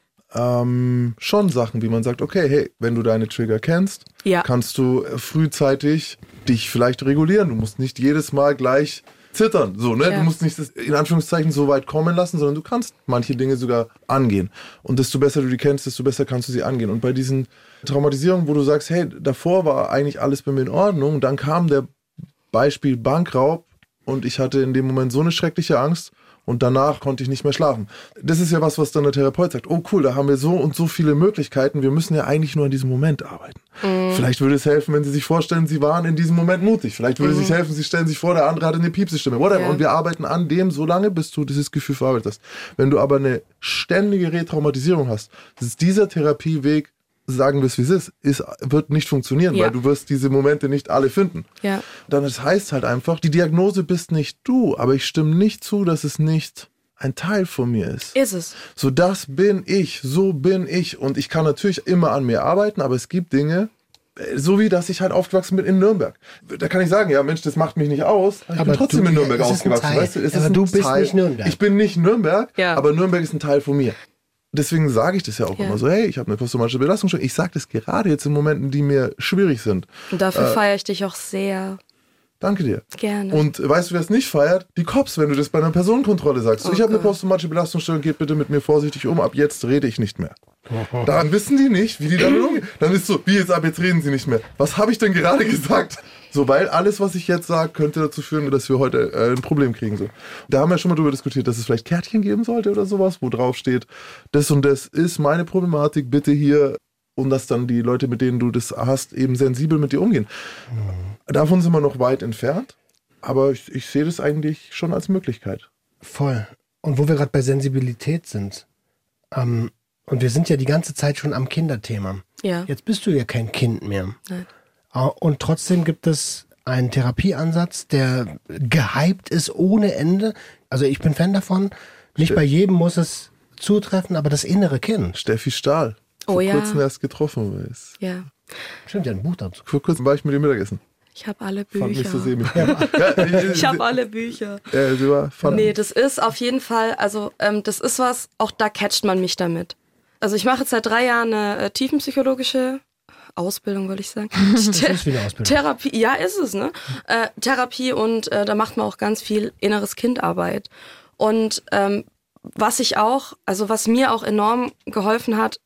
schon Sachen, wie man sagt, okay, hey, wenn du deine Trigger kennst, kannst du frühzeitig dich vielleicht regulieren. Du musst nicht jedes Mal gleich zittern. So, ne? Du musst nicht das in Anführungszeichen so weit kommen lassen, sondern du kannst manche Dinge sogar angehen. Und desto besser du die kennst, desto besser kannst du sie angehen. Und bei diesen Traumatisierungen, wo du sagst, hey, davor war eigentlich alles bei mir in Ordnung, dann kam der Beispiel Bankraub und ich hatte in dem Moment so eine schreckliche Angst und danach konnte ich nicht mehr schlafen. Das ist ja was dann der Therapeut sagt, oh cool, da haben wir so und so viele Möglichkeiten, wir müssen ja eigentlich nur an diesem Moment arbeiten. Vielleicht würde es helfen, wenn Sie sich vorstellen, Sie waren in diesem Moment mutig. Vielleicht würde es sich helfen, Sie stellen sich vor, der andere hatte eine Piepsestimme. Whatever. Und wir arbeiten an dem so lange, bis du dieses Gefühl verarbeitet hast. Wenn du aber eine ständige Retraumatisierung hast, ist dieser Therapieweg, sagen wir es wie es ist, wird nicht funktionieren, weil du wirst diese Momente nicht alle finden. Ja. Dann das heißt halt einfach, die Diagnose bist nicht du, aber ich stimme nicht zu, dass es nicht ein Teil von mir ist. Ist es. So, das bin ich, so bin ich und ich kann natürlich immer an mir arbeiten, aber es gibt Dinge, so wie dass ich halt aufgewachsen bin in Nürnberg. Da kann ich sagen, ja Mensch, das macht mich nicht aus. Ich bin trotzdem in Nürnberg aufgewachsen. Weißt du, aber du bist nicht Nürnberg. Ich bin nicht Nürnberg, aber Nürnberg ist ein Teil von mir. Deswegen sage ich das ja auch immer so, hey, ich habe eine posttraumatische Belastungsstörung. Ich sage das gerade jetzt in Momenten, die mir schwierig sind. Und dafür feiere ich dich auch sehr. Danke dir. Gerne. Und weißt du, wer es nicht feiert? Die Cops, wenn du das bei einer Personenkontrolle sagst. Ich habe eine posttraumatische Belastungsstörung, geht bitte mit mir vorsichtig um, ab jetzt rede ich nicht mehr. Dann wissen die nicht, wie die damit umgehen. Dann ist so, wie jetzt reden sie nicht mehr. Was habe ich denn gerade gesagt? So, weil alles, was ich jetzt sage, könnte dazu führen, dass wir heute ein Problem kriegen. So. Da haben wir schon mal drüber diskutiert, dass es vielleicht Kärtchen geben sollte oder sowas, wo drauf steht, das und das ist meine Problematik, bitte hier. Und dass dann die Leute, mit denen du das hast, eben sensibel mit dir umgehen. Davon sind wir noch weit entfernt. Aber ich sehe das eigentlich schon als Möglichkeit. Voll. Und wo wir gerade bei Sensibilität sind, und wir sind ja die ganze Zeit schon am Kinderthema. Ja. Jetzt bist du ja kein Kind mehr. Nein. Und trotzdem gibt es einen Therapieansatz, der gehypt ist ohne Ende. Also ich bin Fan davon. Nicht bei jedem muss es zutreffen, aber das innere Kind. Steffi Stahl. Vor kurzem erst getroffen. Ja. Stimmt, ja, ein Buch dazu. Vor kurzem war ich mit ihr Mittagessen. Ich habe alle Fand mich so Bücher. semi. Ich habe alle Bücher. Sie war Nee, das ist auf jeden Fall, also das ist was, auch da catcht man mich damit. Also ich mache jetzt seit 3 Jahren eine tiefenpsychologische Ausbildung, würde ich sagen. Das ist wie eine Ausbildung. Therapie, ja, ist es, ne? Therapie und da macht man auch ganz viel inneres Kindarbeit. Und was mir auch enorm geholfen hat,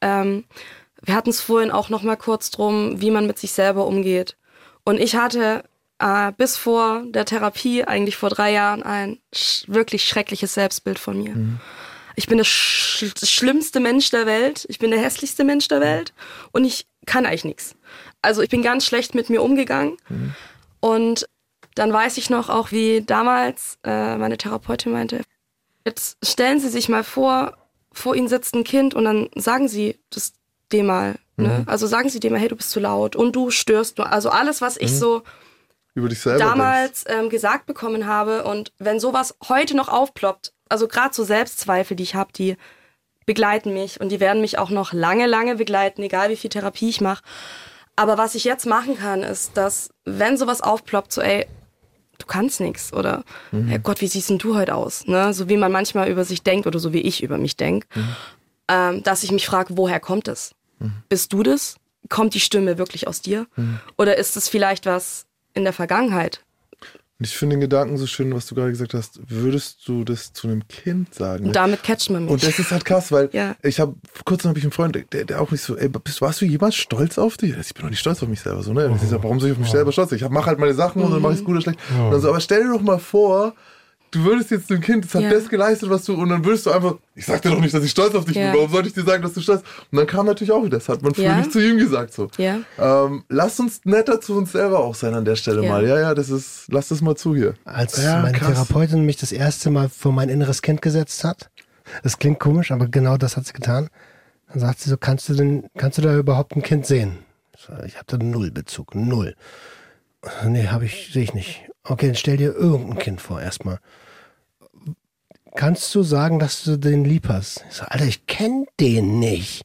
wir hatten es vorhin auch noch mal kurz drum, wie man mit sich selber umgeht. Und ich hatte bis vor der Therapie, eigentlich vor 3 Jahren, ein wirklich schreckliches Selbstbild von mir. Ich bin der schlimmste Mensch der Welt, ich bin der hässlichste Mensch der Welt und ich kann eigentlich nichts. Also ich bin ganz schlecht mit mir umgegangen. Und dann weiß ich noch auch, wie damals meine Therapeutin meinte, jetzt stellen Sie sich mal vor Ihnen sitzt ein Kind und dann sagen Sie das dem mal. Ne? Also sagen Sie dem mal, hey, du bist zu laut und du störst nur. Also alles, was ich so über dich selber damals gesagt bekommen habe. Und wenn sowas heute noch aufploppt, also gerade so Selbstzweifel, die ich habe, die begleiten mich und die werden mich auch noch lange, lange begleiten, egal wie viel Therapie ich mache. Aber was ich jetzt machen kann, ist, dass wenn sowas aufploppt, so ey, du kannst nichts oder hey Gott, wie siehst denn du heute aus? Ne? So wie man manchmal über sich denkt oder so wie ich über mich denke, dass ich mich frage, woher kommt es? Bist du das? Kommt die Stimme wirklich aus dir? Oder ist es vielleicht was in der Vergangenheit? Und ich finde den Gedanken so schön, was du gerade gesagt hast. Würdest du das zu einem Kind sagen? Und damit catcht man mich. Und das ist halt krass, weil Ja. vor kurzem habe ich einen Freund, der auch nicht so, ey, warst du jemals stolz auf dich? Ich bin doch nicht stolz auf mich selber. So, ne? Ich sag, warum soll ich auf mich selber stolz sein? Ich mache halt meine Sachen und dann mache ich es gut oder schlecht. Und dann so, aber stell dir doch mal vor, du würdest jetzt dem Kind, das hat das geleistet, was du, und dann würdest du einfach, ich sag dir doch nicht, dass ich stolz auf dich bin, warum sollte ich dir sagen, dass du stolz bist? Und dann kam natürlich auch wieder, das hat man früher nicht zu ihm gesagt. So. Ja. Lass uns netter zu uns selber auch sein an der Stelle mal. Ja, lass das mal zu hier. Als meine Therapeutin mich das erste Mal vor mein inneres Kind gesetzt hat, das klingt komisch, aber genau das hat sie getan, dann sagt sie so, kannst du da überhaupt ein Kind sehen? Ich habe da null Bezug, null. Nee, sehe ich nicht. Okay, dann stell dir irgendein Kind vor erstmal. Kannst du sagen, dass du den lieb hast? Ich so, Alter, ich kenne den nicht.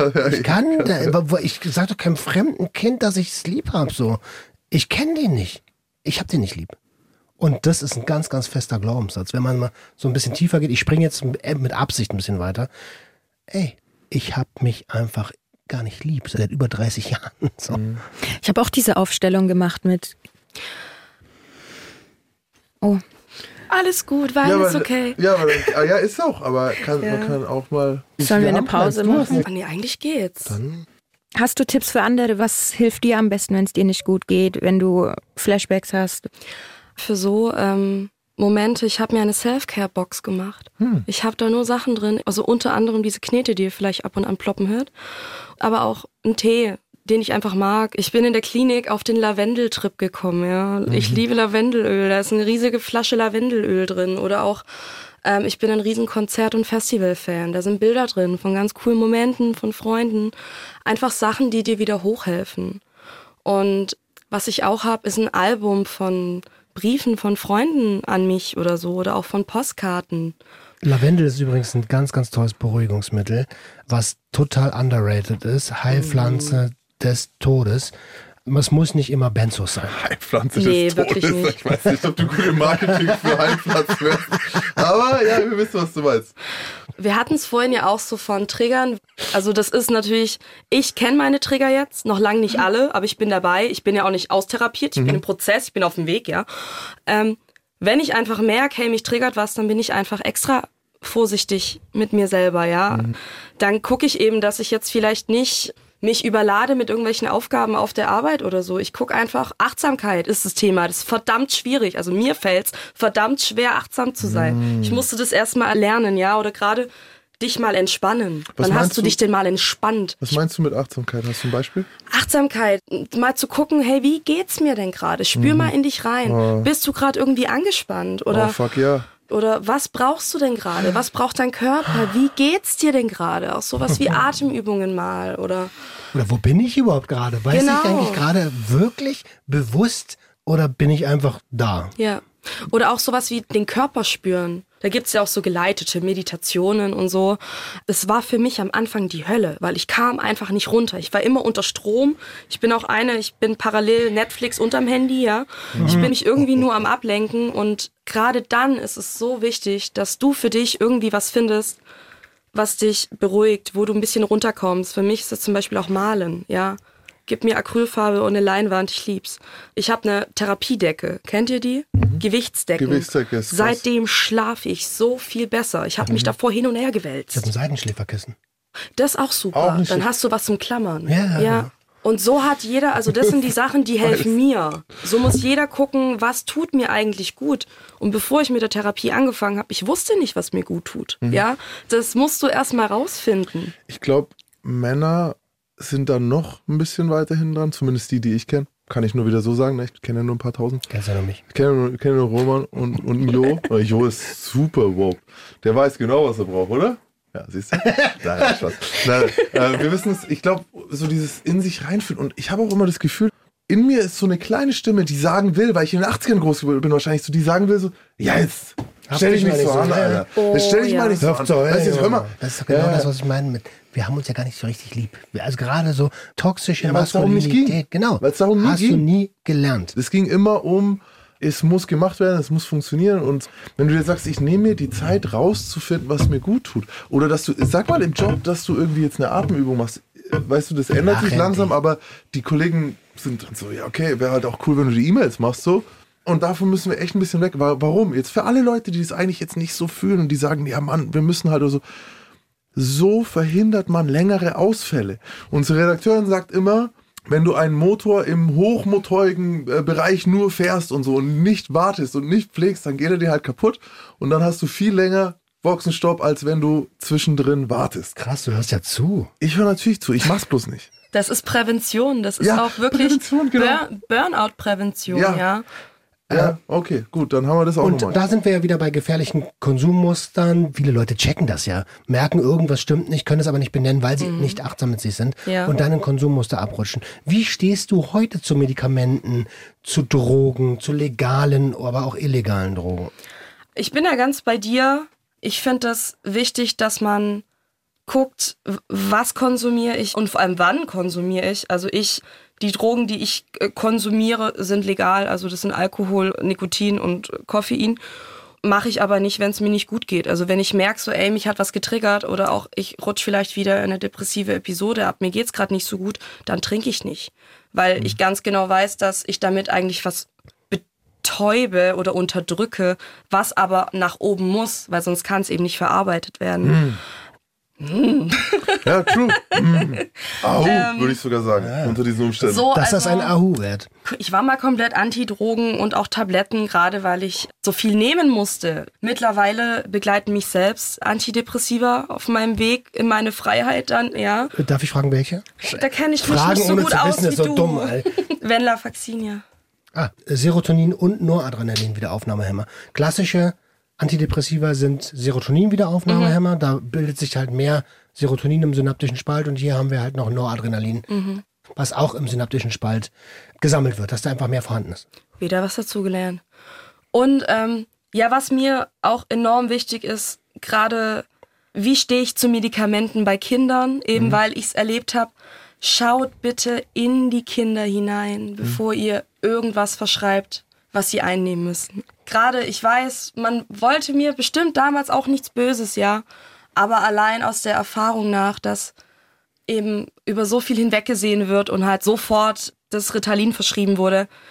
Ich sag doch keinem fremden Kind, dass ich es lieb habe. So. Ich kenne den nicht. Ich habe den nicht lieb. Und das ist ein ganz, ganz fester Glaubenssatz. Wenn man mal so ein bisschen tiefer geht, ich springe jetzt mit Absicht ein bisschen weiter. Ey, ich habe mich einfach gar nicht lieb, seit über 30 Jahren. So. Ich habe auch diese Aufstellung gemacht mit... Oh. Alles gut, weil ist okay. Ja, ist auch, aber man kann auch mal... Sollen wir eine Pause machen? Nee, eigentlich geht's. Dann Hast du Tipps für andere? Was hilft dir am besten, wenn es dir nicht gut geht, wenn du Flashbacks hast? Für so Momente, ich habe mir eine Self-Care-Box gemacht. Ich habe da nur Sachen drin, also unter anderem diese Knete, die ihr vielleicht ab und an ploppen hört, aber auch einen Tee, den ich einfach mag. Ich bin in der Klinik auf den Lavendeltrip gekommen, ja. Ich liebe Lavendelöl, da ist eine riesige Flasche Lavendelöl drin. Oder auch, ich bin ein riesen Konzert- und Festival-Fan. Da sind Bilder drin von ganz coolen Momenten, von Freunden. Einfach Sachen, die dir wieder hochhelfen. Und was ich auch habe, ist ein Album von Briefen von Freunden an mich oder so. Oder auch von Postkarten. Lavendel ist übrigens ein ganz, ganz tolles Beruhigungsmittel, was total underrated ist. Heilpflanze des Todes. Es muss nicht immer Benzos sein. Heilpflanze des wirklich Todes. nicht. Ich weiß nicht, ob du gut im Marketing für Heilpflanzen wärst. Aber ja, wir wissen, was du meinst. Wir hatten es vorhin ja auch so von Triggern. Also das ist natürlich, ich kenne meine Trigger jetzt, noch lange nicht alle, aber ich bin dabei. Ich bin ja auch nicht austherapiert, ich bin im Prozess, ich bin auf dem Weg, ja. Wenn ich einfach merke, hey, mich triggert was, dann bin ich einfach extra vorsichtig mit mir selber, ja. Dann gucke ich eben, dass ich jetzt vielleicht nicht mich überlade mit irgendwelchen Aufgaben auf der Arbeit oder so. Ich gucke einfach, Achtsamkeit ist das Thema. Das ist verdammt schwierig. Also mir fällt's verdammt schwer, achtsam zu sein. Ich musste das erstmal lernen, ja. Oder gerade dich mal entspannen. Wann hast du dich denn mal entspannt? Was meinst du mit Achtsamkeit? Hast du ein Beispiel? Achtsamkeit, mal zu gucken, hey, wie geht's mir denn gerade? Spür mal in dich rein. Bist du gerade irgendwie angespannt? Oder, fuck ja. Oder was brauchst du denn gerade? Was braucht dein Körper? Wie geht's dir denn gerade? Auch sowas wie Atemübungen mal. Oder wo bin ich überhaupt gerade? Weiß Genau. ich eigentlich gerade wirklich bewusst oder bin ich einfach da? ja. Oder auch sowas wie den Körper spüren. Da gibt's ja auch so geleitete Meditationen und so. Es war für mich am Anfang die Hölle, weil ich kam einfach nicht runter. Ich war immer unter Strom. Ich bin parallel Netflix unterm Handy, ja. Ich bin mich irgendwie nur am Ablenken und gerade dann ist es so wichtig, dass du für dich irgendwie was findest, was dich beruhigt, wo du ein bisschen runterkommst. Für mich ist das zum Beispiel auch Malen, ja. Gib mir Acrylfarbe und eine Leinwand, ich lieb's. Ich habe eine Therapiedecke. Kennt ihr die? Gewichtsdecken. Gewichtsdecke ist krass. Seitdem schlafe ich so viel besser. Ich habe mich davor hin und her Ich habe gewälzt. ein Seidenschläferkissen. Das ist auch super. Auch nicht Dann schlecht. hast du was zum Klammern. Ja. Und so hat jeder, also das sind die Sachen, die helfen mir. So muss jeder gucken, was tut mir eigentlich gut. Und bevor ich mit der Therapie angefangen habe, ich wusste nicht, was mir gut tut. Ja, das musst du erst mal rausfinden. Ich glaube, Männer sind da noch ein bisschen weiter hinten dran, zumindest die ich kenne. Kann ich nur wieder so sagen, ne? Ich kenne ja nur ein paar tausend. Kennst ja noch mich. Ich kenne nur Roman und Jo. Jo ist super woke. Der weiß genau, was er braucht, oder? Ja, siehst du? Nein, Spaß. Nein, wir wissen es, ich glaube, so dieses in sich reinfühlen. Und ich habe auch immer das Gefühl, in mir ist so eine kleine Stimme, die sagen will, weil ich in den 80ern groß geworden bin wahrscheinlich, so die sagen will so, ja jetzt, stell dich nicht so an, Alter. Jetzt stell dich mal nicht so an. Weißt du, jetzt hör mal. Das ist doch genau das, was ich meine mit, wir haben uns ja gar nicht so richtig lieb. Also gerade so toxische Ja, weil es darum nicht ging. Maskulinität, genau, Weil es darum nie hast ging. du nie gelernt. Es ging immer um, es muss gemacht werden, es muss funktionieren. Und wenn du dir sagst, ich nehme mir die Zeit rauszufinden, was mir gut tut. Oder dass du, sag mal im Job, dass du irgendwie jetzt eine Atemübung machst. Weißt du, das ändert sich langsam, aber die Kollegen sind dann so, ja okay, wäre halt auch cool, wenn du die E-Mails machst so. Und davon müssen wir echt ein bisschen weg. Warum? Jetzt für alle Leute, die das eigentlich jetzt nicht so fühlen und die sagen, ja Mann, wir müssen halt oder so. So verhindert man längere Ausfälle. Unsere Redakteurin sagt immer, wenn du einen Motor im hochmotorigen Bereich nur fährst und so und nicht wartest und nicht pflegst, dann geht er dir halt kaputt und dann hast du viel länger Boxenstopp, als wenn du zwischendrin wartest. Krass, du hörst ja zu. Ich höre natürlich zu, ich mach's bloß nicht. Das ist Prävention. Das ist Ja, auch wirklich Prävention, genau. Burnout-Prävention, Ja. ja. Ja, okay, gut, dann haben wir das auch Und nochmal. da sind wir ja wieder bei gefährlichen Konsummustern. Viele Leute checken das ja, merken, irgendwas stimmt nicht, können es aber nicht benennen, weil sie nicht achtsam mit sich sind Ja. und dann in Konsummuster abrutschen. Wie stehst du heute zu Medikamenten, zu Drogen, zu legalen, aber auch illegalen Drogen? Ich bin da ganz bei dir. Ich finde das wichtig, dass man guckt, was konsumiere ich und vor allem wann konsumiere ich. Also die Drogen, die ich konsumiere, sind legal. Also das sind Alkohol, Nikotin und Koffein. Mache ich aber nicht, wenn es mir nicht gut geht. Also wenn ich merke, so mich hat was getriggert oder auch ich rutsche vielleicht wieder in eine depressive Episode ab, mir geht's gerade nicht so gut, dann trinke ich nicht. Weil ich ganz genau weiß, dass ich damit eigentlich was betäube oder unterdrücke, was aber nach oben muss, weil sonst kann es eben nicht verarbeitet werden. Ja, true. Au, würde ich sogar sagen, unter diesen Umständen. So, Das ist also, ein Ahu-Wert. ich war mal komplett Anti-Drogen und auch Tabletten, gerade weil ich so viel nehmen musste. Mittlerweile begleiten mich selbst Antidepressiva auf meinem Weg in meine Freiheit dann, ja. Darf ich fragen, welche? Da kenne ich mich Fragen nicht so ohne gut zu aus wissen wie ist so du. dumm, Alter. Venlafaxin, ja. Serotonin und Noradrenalin Wiederaufnahmehemmer. Klassische Antidepressiva sind Serotonin-Wiederaufnahmehemmer. Da bildet sich halt mehr Serotonin im synaptischen Spalt und hier haben wir halt noch Noradrenalin, was auch im synaptischen Spalt gesammelt wird, dass da einfach mehr vorhanden ist. Wieder was dazugelernt. Und was mir auch enorm wichtig ist, gerade wie stehe ich zu Medikamenten bei Kindern, eben weil ich es erlebt habe, schaut bitte in die Kinder hinein, bevor ihr irgendwas verschreibt, was sie einnehmen müssen. Gerade, ich weiß, man wollte mir bestimmt damals auch nichts Böses, ja, aber allein aus der Erfahrung nach, dass eben über so viel hinweggesehen wird und halt sofort das Ritalin verschrieben wurde,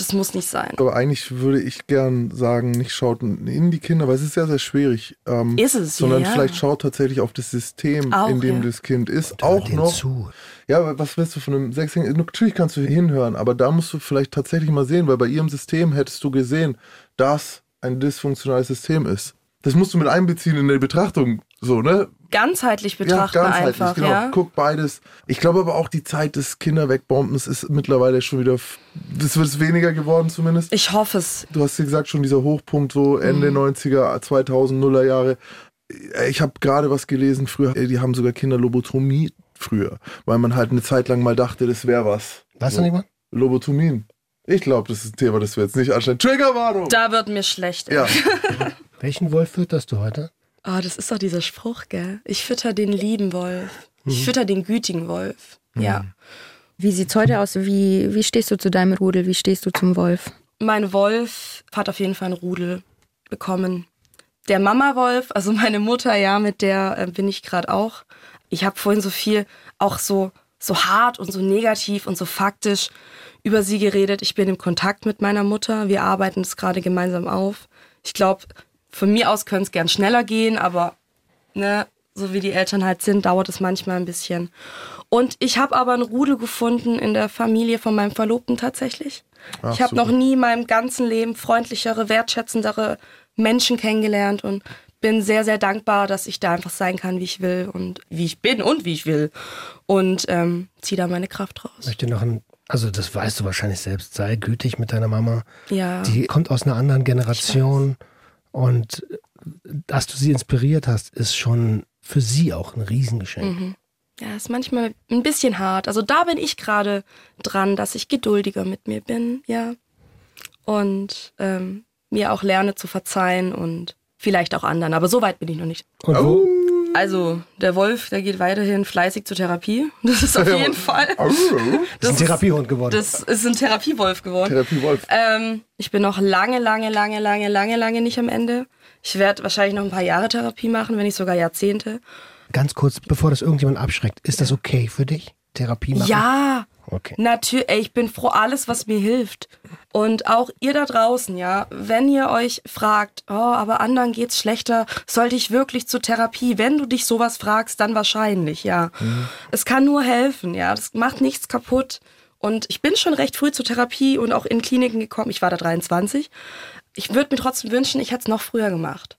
das muss nicht sein. Aber eigentlich würde ich gern sagen, nicht schaut in die Kinder, weil es ist sehr, sehr schwierig. Ist es, sondern ja. vielleicht schaut tatsächlich auf das System, Auch, in dem ja. das Kind ist. Hör Auch denen noch. zu. Ja, aber was willst du von einem Sechsjährigen? Natürlich kannst du hinhören, aber da musst du vielleicht tatsächlich mal sehen, weil bei ihrem System hättest du gesehen, dass ein dysfunktionales System ist. Das musst du mit einbeziehen in der Betrachtung, so, ne? Ganzheitlich betrachten einfach, genau. ja. Guck beides. Ich glaube aber auch, die Zeit des Kinderwegbombens ist mittlerweile schon wieder, das wird weniger geworden zumindest. Ich hoffe es. Du hast ja gesagt, schon dieser Hochpunkt so Ende 90er, 2000er Jahre. Ich habe gerade was gelesen früher, die haben sogar Kinderlobotomie früher, weil man halt eine Zeit lang mal dachte, das wäre was. Weißt du nicht mal? Lobotomien. Ich glaube, das ist ein Thema, das wir jetzt nicht anstellen. Triggerwarnung! Da wird mir schlecht. Ja. Welchen Wolf fütterst du heute? Oh, das ist doch dieser Spruch, gell? Ich fütter den lieben Wolf. Ich fütter den gütigen Wolf. Ja. Wie sieht's heute aus? Wie stehst du zu deinem Rudel? Wie stehst du zum Wolf? Mein Wolf hat auf jeden Fall einen Rudel bekommen. Der Mama-Wolf, also meine Mutter, ja, mit der bin ich gerade auch. Ich habe vorhin so viel, auch so hart und so negativ und so faktisch über sie geredet. Ich bin im Kontakt mit meiner Mutter. Wir arbeiten es gerade gemeinsam auf. Ich glaube, von mir aus könnte es gern schneller gehen, aber ne, so wie die Eltern halt sind, dauert es manchmal ein bisschen. Und ich habe aber einen Rudel gefunden in der Familie von meinem Verlobten tatsächlich. Ach, ich habe super. noch nie in meinem ganzen Leben freundlichere, wertschätzendere Menschen kennengelernt und bin sehr, sehr dankbar, dass ich da einfach sein kann, wie ich will und wie ich bin und wie ich will. Und ziehe da meine Kraft raus. Ich möchte noch also das weißt du wahrscheinlich selbst, sei gütig mit deiner Mama. Ja. Die kommt aus einer anderen Generation und dass du sie inspiriert hast, ist schon für sie auch ein Riesengeschenk. Ja, ist manchmal ein bisschen hart. Also da bin ich gerade dran, dass ich geduldiger mit mir bin, ja. Und mir auch lerne zu verzeihen und vielleicht auch anderen. Aber so weit bin ich noch nicht. Und wo? Also der Wolf, der geht weiterhin fleißig zur Therapie. Das ist auf jeden Fall. Das ist ein Therapiehund geworden. Das ist ein Therapiewolf geworden. Therapiewolf. Ich bin noch lange nicht am Ende. Ich werde wahrscheinlich noch ein paar Jahre Therapie machen, wenn nicht sogar Jahrzehnte. Ganz kurz, bevor das irgendjemand abschreckt, ist das okay für dich? Therapie machen? Ja, Okay. natürlich. Ich bin froh, alles, was mir hilft. Und auch ihr da draußen, ja, wenn ihr euch fragt, oh, aber anderen geht's schlechter, sollte ich wirklich zur Therapie? Wenn du dich sowas fragst, dann wahrscheinlich, ja. Es kann nur helfen, ja. Das macht nichts kaputt. Und ich bin schon recht früh zur Therapie und auch in Kliniken gekommen. Ich war da 23. Ich würde mir trotzdem wünschen, ich hätte es noch früher gemacht.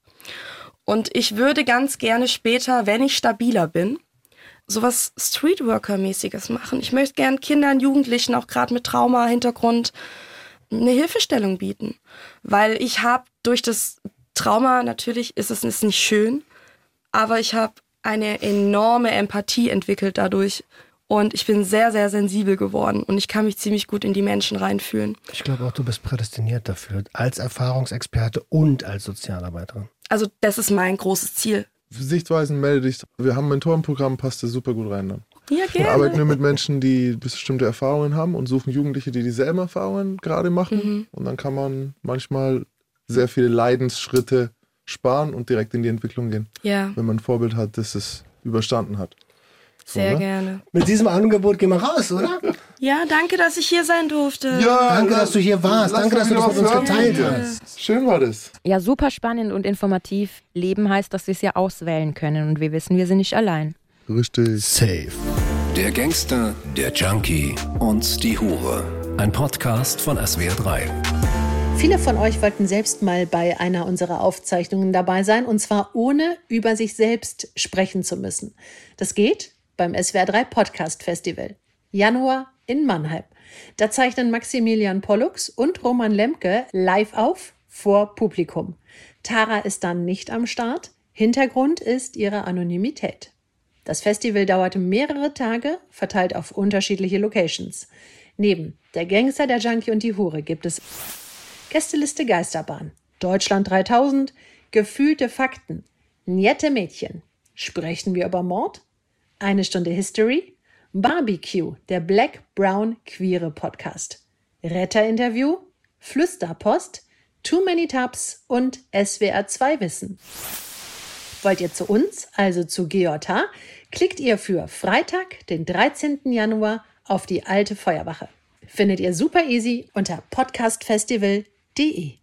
Und ich würde ganz gerne später, wenn ich stabiler bin, sowas Streetworker-mäßiges machen. Ich möchte gern Kindern, Jugendlichen, auch gerade mit Trauma-Hintergrund, eine Hilfestellung bieten. Weil ich habe durch das Trauma, natürlich ist es nicht schön, aber ich habe eine enorme Empathie entwickelt dadurch. Und ich bin sehr, sehr sensibel geworden. Und ich kann mich ziemlich gut in die Menschen reinfühlen. Ich glaube auch, du bist prädestiniert dafür, als Erfahrungsexperte und als Sozialarbeiterin. Also das ist mein großes Ziel. Sichtweisen, melde dich. Wir haben ein Mentorenprogramm, passt da super gut rein dann. Ja, Wir gerne. arbeiten nur mit Menschen, die bestimmte Erfahrungen haben und suchen Jugendliche, die dieselben Erfahrungen gerade machen. Und dann kann man manchmal sehr viele Leidensschritte sparen und direkt in die Entwicklung gehen. Ja, Wenn man ein Vorbild hat, das es überstanden hat. So, sehr ne? gerne. Mit diesem Angebot gehen wir raus, oder? Ja, danke, dass ich hier sein durfte. Ja, Danke, dass du hier warst. lass Danke, dass du wieder das mit was uns hören. geteilt hast. Schön war das. Ja, super spannend und informativ. Leben heißt, dass wir es ja auswählen können und wir wissen, wir sind nicht allein. Richtig. Safe. Der Gangster, der Junkie und die Hure. Ein Podcast von SWR3. Viele von euch wollten selbst mal bei einer unserer Aufzeichnungen dabei sein, und zwar ohne über sich selbst sprechen zu müssen. Das geht beim SWR3 Podcast Festival. Januar in Mannheim. Da zeichnen Maximilian Pollux und Roman Lemke live auf vor Publikum. Tara ist dann nicht am Start. Hintergrund ist ihre Anonymität. Das Festival dauerte mehrere Tage, verteilt auf unterschiedliche Locations. Neben Der Gangster, der Junkie und die Hure gibt es Gästeliste Geisterbahn, Deutschland 3000, Gefühlte Fakten, Nette Mädchen, Sprechen wir über Mord, Eine Stunde History, Barbecue, der Black Brown Queere Podcast, Retterinterview, Flüsterpost, Too Many Tabs und SWR2 Wissen. Wollt ihr zu uns, also zu GJH, klickt ihr für Freitag, den 13. Januar auf die alte Feuerwache. findet ihr super easy unter podcastfestival.de.